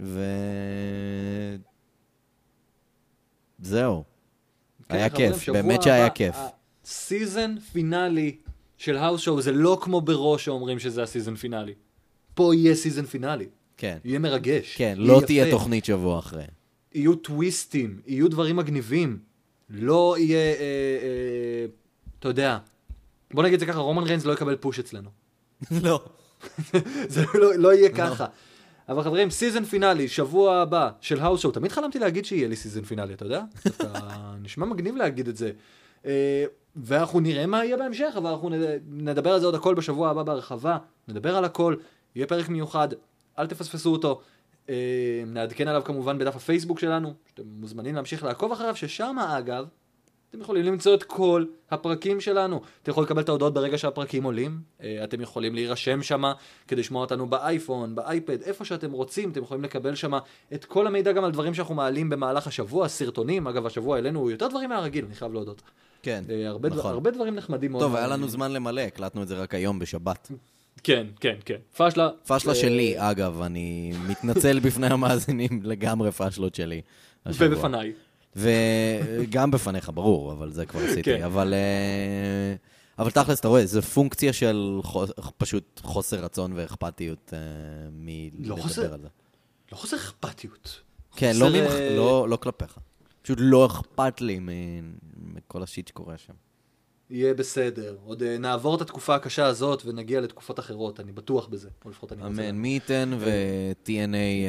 וזהו. כן, היה כיף, באמת שהיה הבא, כיף. הסיזן פינאלי של האוס שואו זה לא כמו בראש שאומרים שזה הסיזן פינאלי. פה יהיה סיזן פינאלי. כן. יהיה מרגש. כן, לא תהיה יפה. תוכנית שבוע אחרי. יהיו טוויסטים, יהיו דברים מגניבים. לא יהיה, אה, אה, אתה יודע, בוא נגיד זה ככה, רומן ריינס לא יקבל פוש אצלנו. לא. זה לא, לא יהיה ככה. אבל חברים, סיזן פינאלי, שבוע הבא של האוס שואו, תמיד חלמתי להגיד שיהיה לי סיזן פינאלי, אתה יודע? נשמע מגניב להגיד את זה. אה, ואנחנו נראה מה יהיה בהמשך, אבל אנחנו נדבר על זה עוד הכל בשבוע הבא בהרחבה, נדבר על הכל, יהיה פרק מיוחד, אל תפספסו אותו. נעדכן עליו כמובן בדף הפייסבוק שלנו, שאתם מוזמנים להמשיך לעקוב אחריו, ששם אגב, אתם יכולים למצוא את כל הפרקים שלנו. אתם יכולים לקבל את ההודעות ברגע שהפרקים עולים, אתם יכולים להירשם שם כדי לשמוע אותנו באייפון, באייפד, איפה שאתם רוצים, אתם יכולים לקבל שם את כל המידע גם על דברים שאנחנו מעלים במהלך השבוע, סרטונים, אגב השבוע אלינו יותר דברים מהרגיל, אני חייב להודות. כן, הרבה, נכון. דבר, הרבה דברים נחמדים מאוד. טוב, היה לנו זמן למלא, הקלטנו את זה רק היום בשבת. כן, כן, כן. פשלה. פשלה שלי, אגב, אני מתנצל בפני המאזינים לגמרי פשלות שלי. ובפניי. וגם בפניך, ברור, אבל זה כבר עשיתי. אבל, אבל תכלס, אתה רואה, זו פונקציה של פשוט חוסר רצון ואכפתיות מלדבר על זה. לא חוסר אכפתיות. כן, לא כלפיך. פשוט לא אכפת לי מכל השיט שקורה שם. יהיה בסדר. עוד נעבור את התקופה הקשה הזאת ונגיע לתקופות אחרות, אני בטוח בזה. או לפחות אני רוצה. אמן, מי ייתן ו-טי אן איי...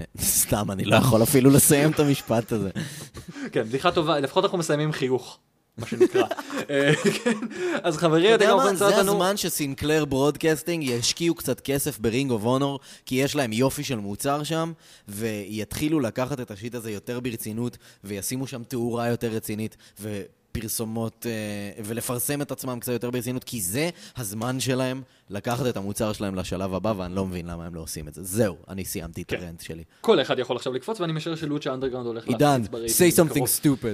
סתם, אני לא יכול אפילו לסיים את המשפט הזה. כן, בדיחה טובה. לפחות אנחנו מסיימים חיוך. מה שנקרא. אה, כן, אז חברים, אתה אתם יודע גם מה? יכולים למצוא זה אותנו... הזמן שסינקלר ברודקאסטינג ישקיעו קצת כסף ברינג אוף אונור, כי יש להם יופי של מוצר שם, ויתחילו לקחת את השיט הזה יותר ברצינות, וישימו שם תאורה יותר רצינית, ופרסומות, אה, ולפרסם את עצמם קצת יותר ברצינות, כי זה הזמן שלהם לקחת את המוצר שלהם לשלב הבא, ואני לא מבין למה הם לא עושים את זה. זהו, אני סיימתי את הרנט שלי. כל אחד יכול עכשיו לקפוץ, ואני משער שלוצ'ה אנדרגראונד הולך עידן, להפציץ ברייטינג. say something stupid.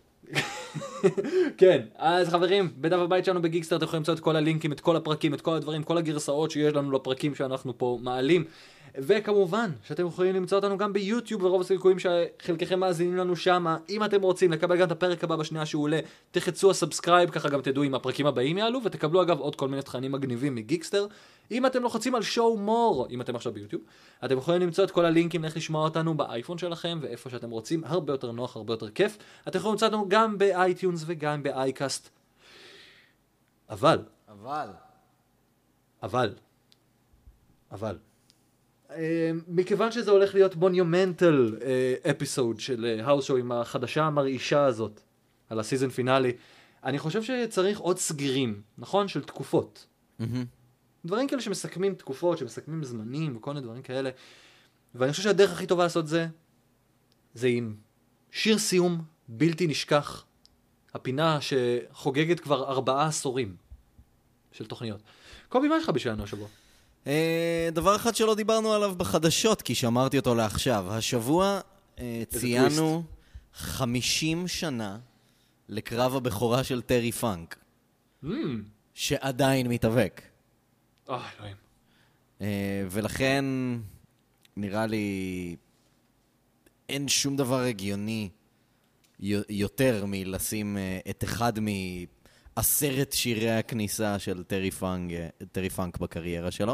כן, אז חברים, בדף הבית שלנו בגיקסטר אתם יכולים למצוא את כל הלינקים, את כל הפרקים, את כל הדברים, כל הגרסאות שיש לנו לפרקים שאנחנו פה מעלים. וכמובן שאתם יכולים למצוא אותנו גם ביוטיוב, ורוב הסיכויים שחלקכם מאזינים לנו שם. אם אתם רוצים לקבל גם את הפרק הבא בשנייה שהוא עולה, תחצו הסאבסקרייב, ככה גם תדעו אם הפרקים הבאים יעלו, ותקבלו אגב עוד כל מיני תכנים מגניבים מגיקסטר. אם אתם לוחצים על show more, אם אתם עכשיו ביוטיוב, אתם יכולים למצוא את כל הלינקים איך לשמוע אותנו באייפון שלכם, ואיפה שאתם רוצים, הרבה יותר נוח, הרבה יותר כיף. אתם יכולים למצוא אותנו גם באייטיונס וגם באייקאסט. אבל, אבל... אבל, אבל, מכיוון שזה הולך להיות מונומנטל אפיסוד של האוס שואו עם החדשה המרעישה הזאת על הסיזן פינאלי, אני חושב שצריך עוד סגירים, נכון? של תקופות. דברים כאלה שמסכמים תקופות, שמסכמים זמנים וכל מיני דברים כאלה. ואני חושב שהדרך הכי טובה לעשות זה, זה עם שיר סיום בלתי נשכח, הפינה שחוגגת כבר ארבעה עשורים של תוכניות. קובי, מה יש לך בשבילנו השבוע? דבר אחד שלא דיברנו עליו בחדשות, כי שמרתי אותו לעכשיו. השבוע ציינו חמישים שנה לקרב הבכורה של טרי פאנק, שעדיין מתאבק. אה, אלוהים. ולכן נראה לי אין שום דבר הגיוני יותר מלשים את אחד מעשרת שירי הכניסה של טרי פאנק, טרי פאנק בקריירה שלו.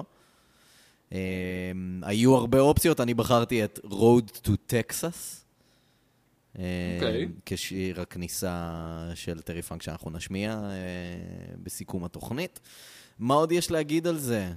היו הרבה אופציות, אני בחרתי את Road to Texas, כשיר הכניסה של טרי פאנק שאנחנו נשמיע בסיכום התוכנית. מה עוד יש להגיד על זה?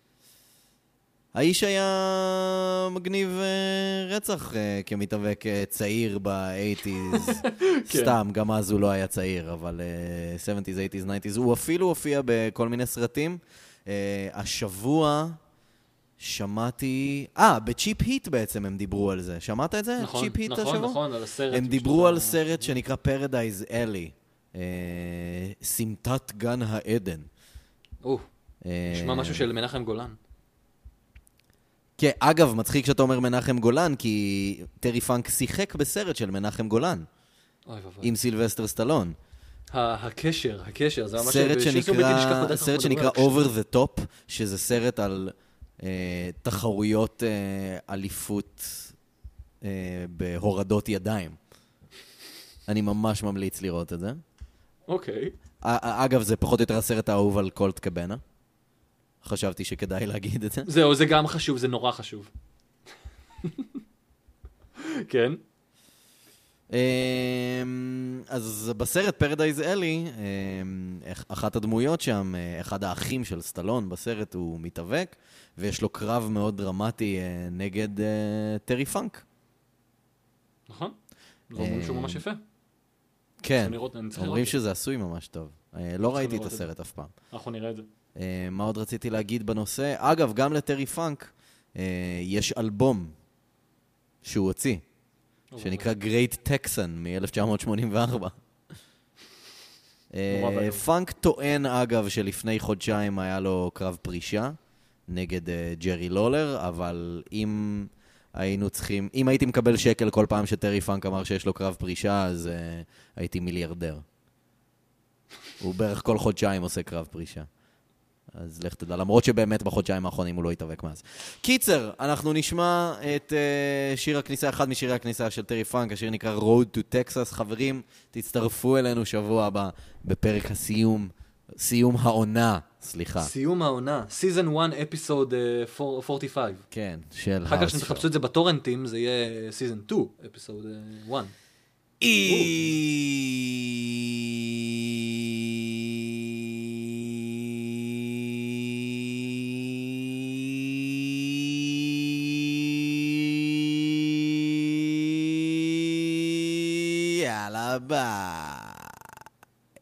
האיש היה מגניב רצח כמתאבק צעיר ב-שמונים. סתם, גם אז הוא לא היה צעיר, אבל שבעים, שמונים, תשעים. הוא אפילו הופיע בכל מיני סרטים. השבוע שמעתי... אה, בצ'יפ היט בעצם הם דיברו על זה. שמעת את זה? נכון, צ'יפ היט נכון, השבוע? נכון, על הסרט. הם דיברו על סרט שנקרא Paradise Alley. סמטת גן העדן. או, נשמע משהו של מנחם גולן. כן, אגב, מצחיק שאתה אומר מנחם גולן, כי טרי פאנק שיחק בסרט של מנחם גולן. אוי ובוי. עם סילבסטר סטלון. הקשר, הקשר, זה ממש... סרט שנקרא, סרט שנקרא Over the Top, שזה סרט על אה, תחרויות אה, אליפות אה, בהורדות ידיים. אני ממש ממליץ לראות את זה. אוקיי. אגב, זה פחות או יותר הסרט האהוב על קולט קבנה. חשבתי שכדאי להגיד את זה. זהו, זה גם חשוב, זה נורא חשוב. כן. אז בסרט Paradise Alley, אחת הדמויות שם, אחד האחים של סטלון בסרט, הוא מתאבק, ויש לו קרב מאוד דרמטי נגד טרי פאנק. נכון. זה אומרים שהוא ממש יפה. כן, אומרים שזה עשוי ממש טוב. לא ראיתי את הסרט אף פעם. אנחנו נראה את זה. מה עוד רציתי להגיד בנושא? אגב, גם לטרי פאנק יש אלבום שהוא הוציא, שנקרא Great Texan מ-אלף תשע מאות שמונים וארבע. פאנק טוען, אגב, שלפני חודשיים היה לו קרב פרישה נגד ג'רי לולר, אבל אם היינו צריכים, אם הייתי מקבל שקל כל פעם שטרי פאנק אמר שיש לו קרב פרישה, אז הייתי מיליארדר. הוא בערך כל חודשיים עושה קרב פרישה. אז לך תדע, למרות שבאמת בחודשיים האחרונים הוא לא יתאבק מאז. קיצר, אנחנו נשמע את uh, שיר הכניסה, אחד משירי הכניסה של טרי פאנק, השיר נקרא Road to Texas. חברים, תצטרפו אלינו שבוע הבא בפרק הסיום, סיום העונה, סליחה. סיום העונה, Season one, Episode uh, ארבעים וחמש. כן, של אחר כך כשתחפשו את זה בטורנטים, זה יהיה Season two, Episode one. יאללה ביי.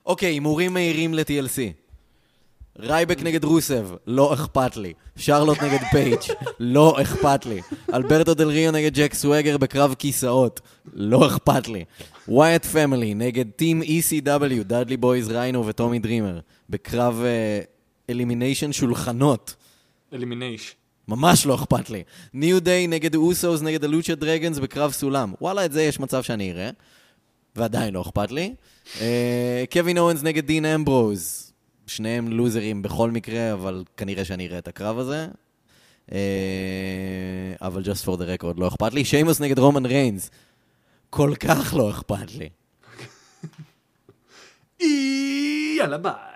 אוקיי, הימורים מהירים ל-טי אל סי. רייבק נגד רוסב, לא אכפת לי. שרלוט נגד פייג', לא אכפת לי. אלברטו דל ריו נגד ג'ק סוואגר בקרב כיסאות, לא אכפת לי. ווייט פמילי נגד טים אי סי דאבליו, דאדלי בויז, ריינו וטומי דרימר, בקרב אלימיניישן שולחנות. אלימינייש. ממש לא אכפת לי. ניו דיי נגד אוסוס נגד הלוצ'ה דרגנס בקרב סולם. וואלה, את זה יש מצב שאני אראה. ועדיין לא אכפת לי. קווין אורנס נגד דין אמברוז. שניהם לוזרים בכל מקרה, אבל כנראה שאני אראה את הקרב הזה. אבל just for the record לא אכפת לי. שיימוס נגד רומן ריינס. כל כך לא אכפת לי. יאללה ביי.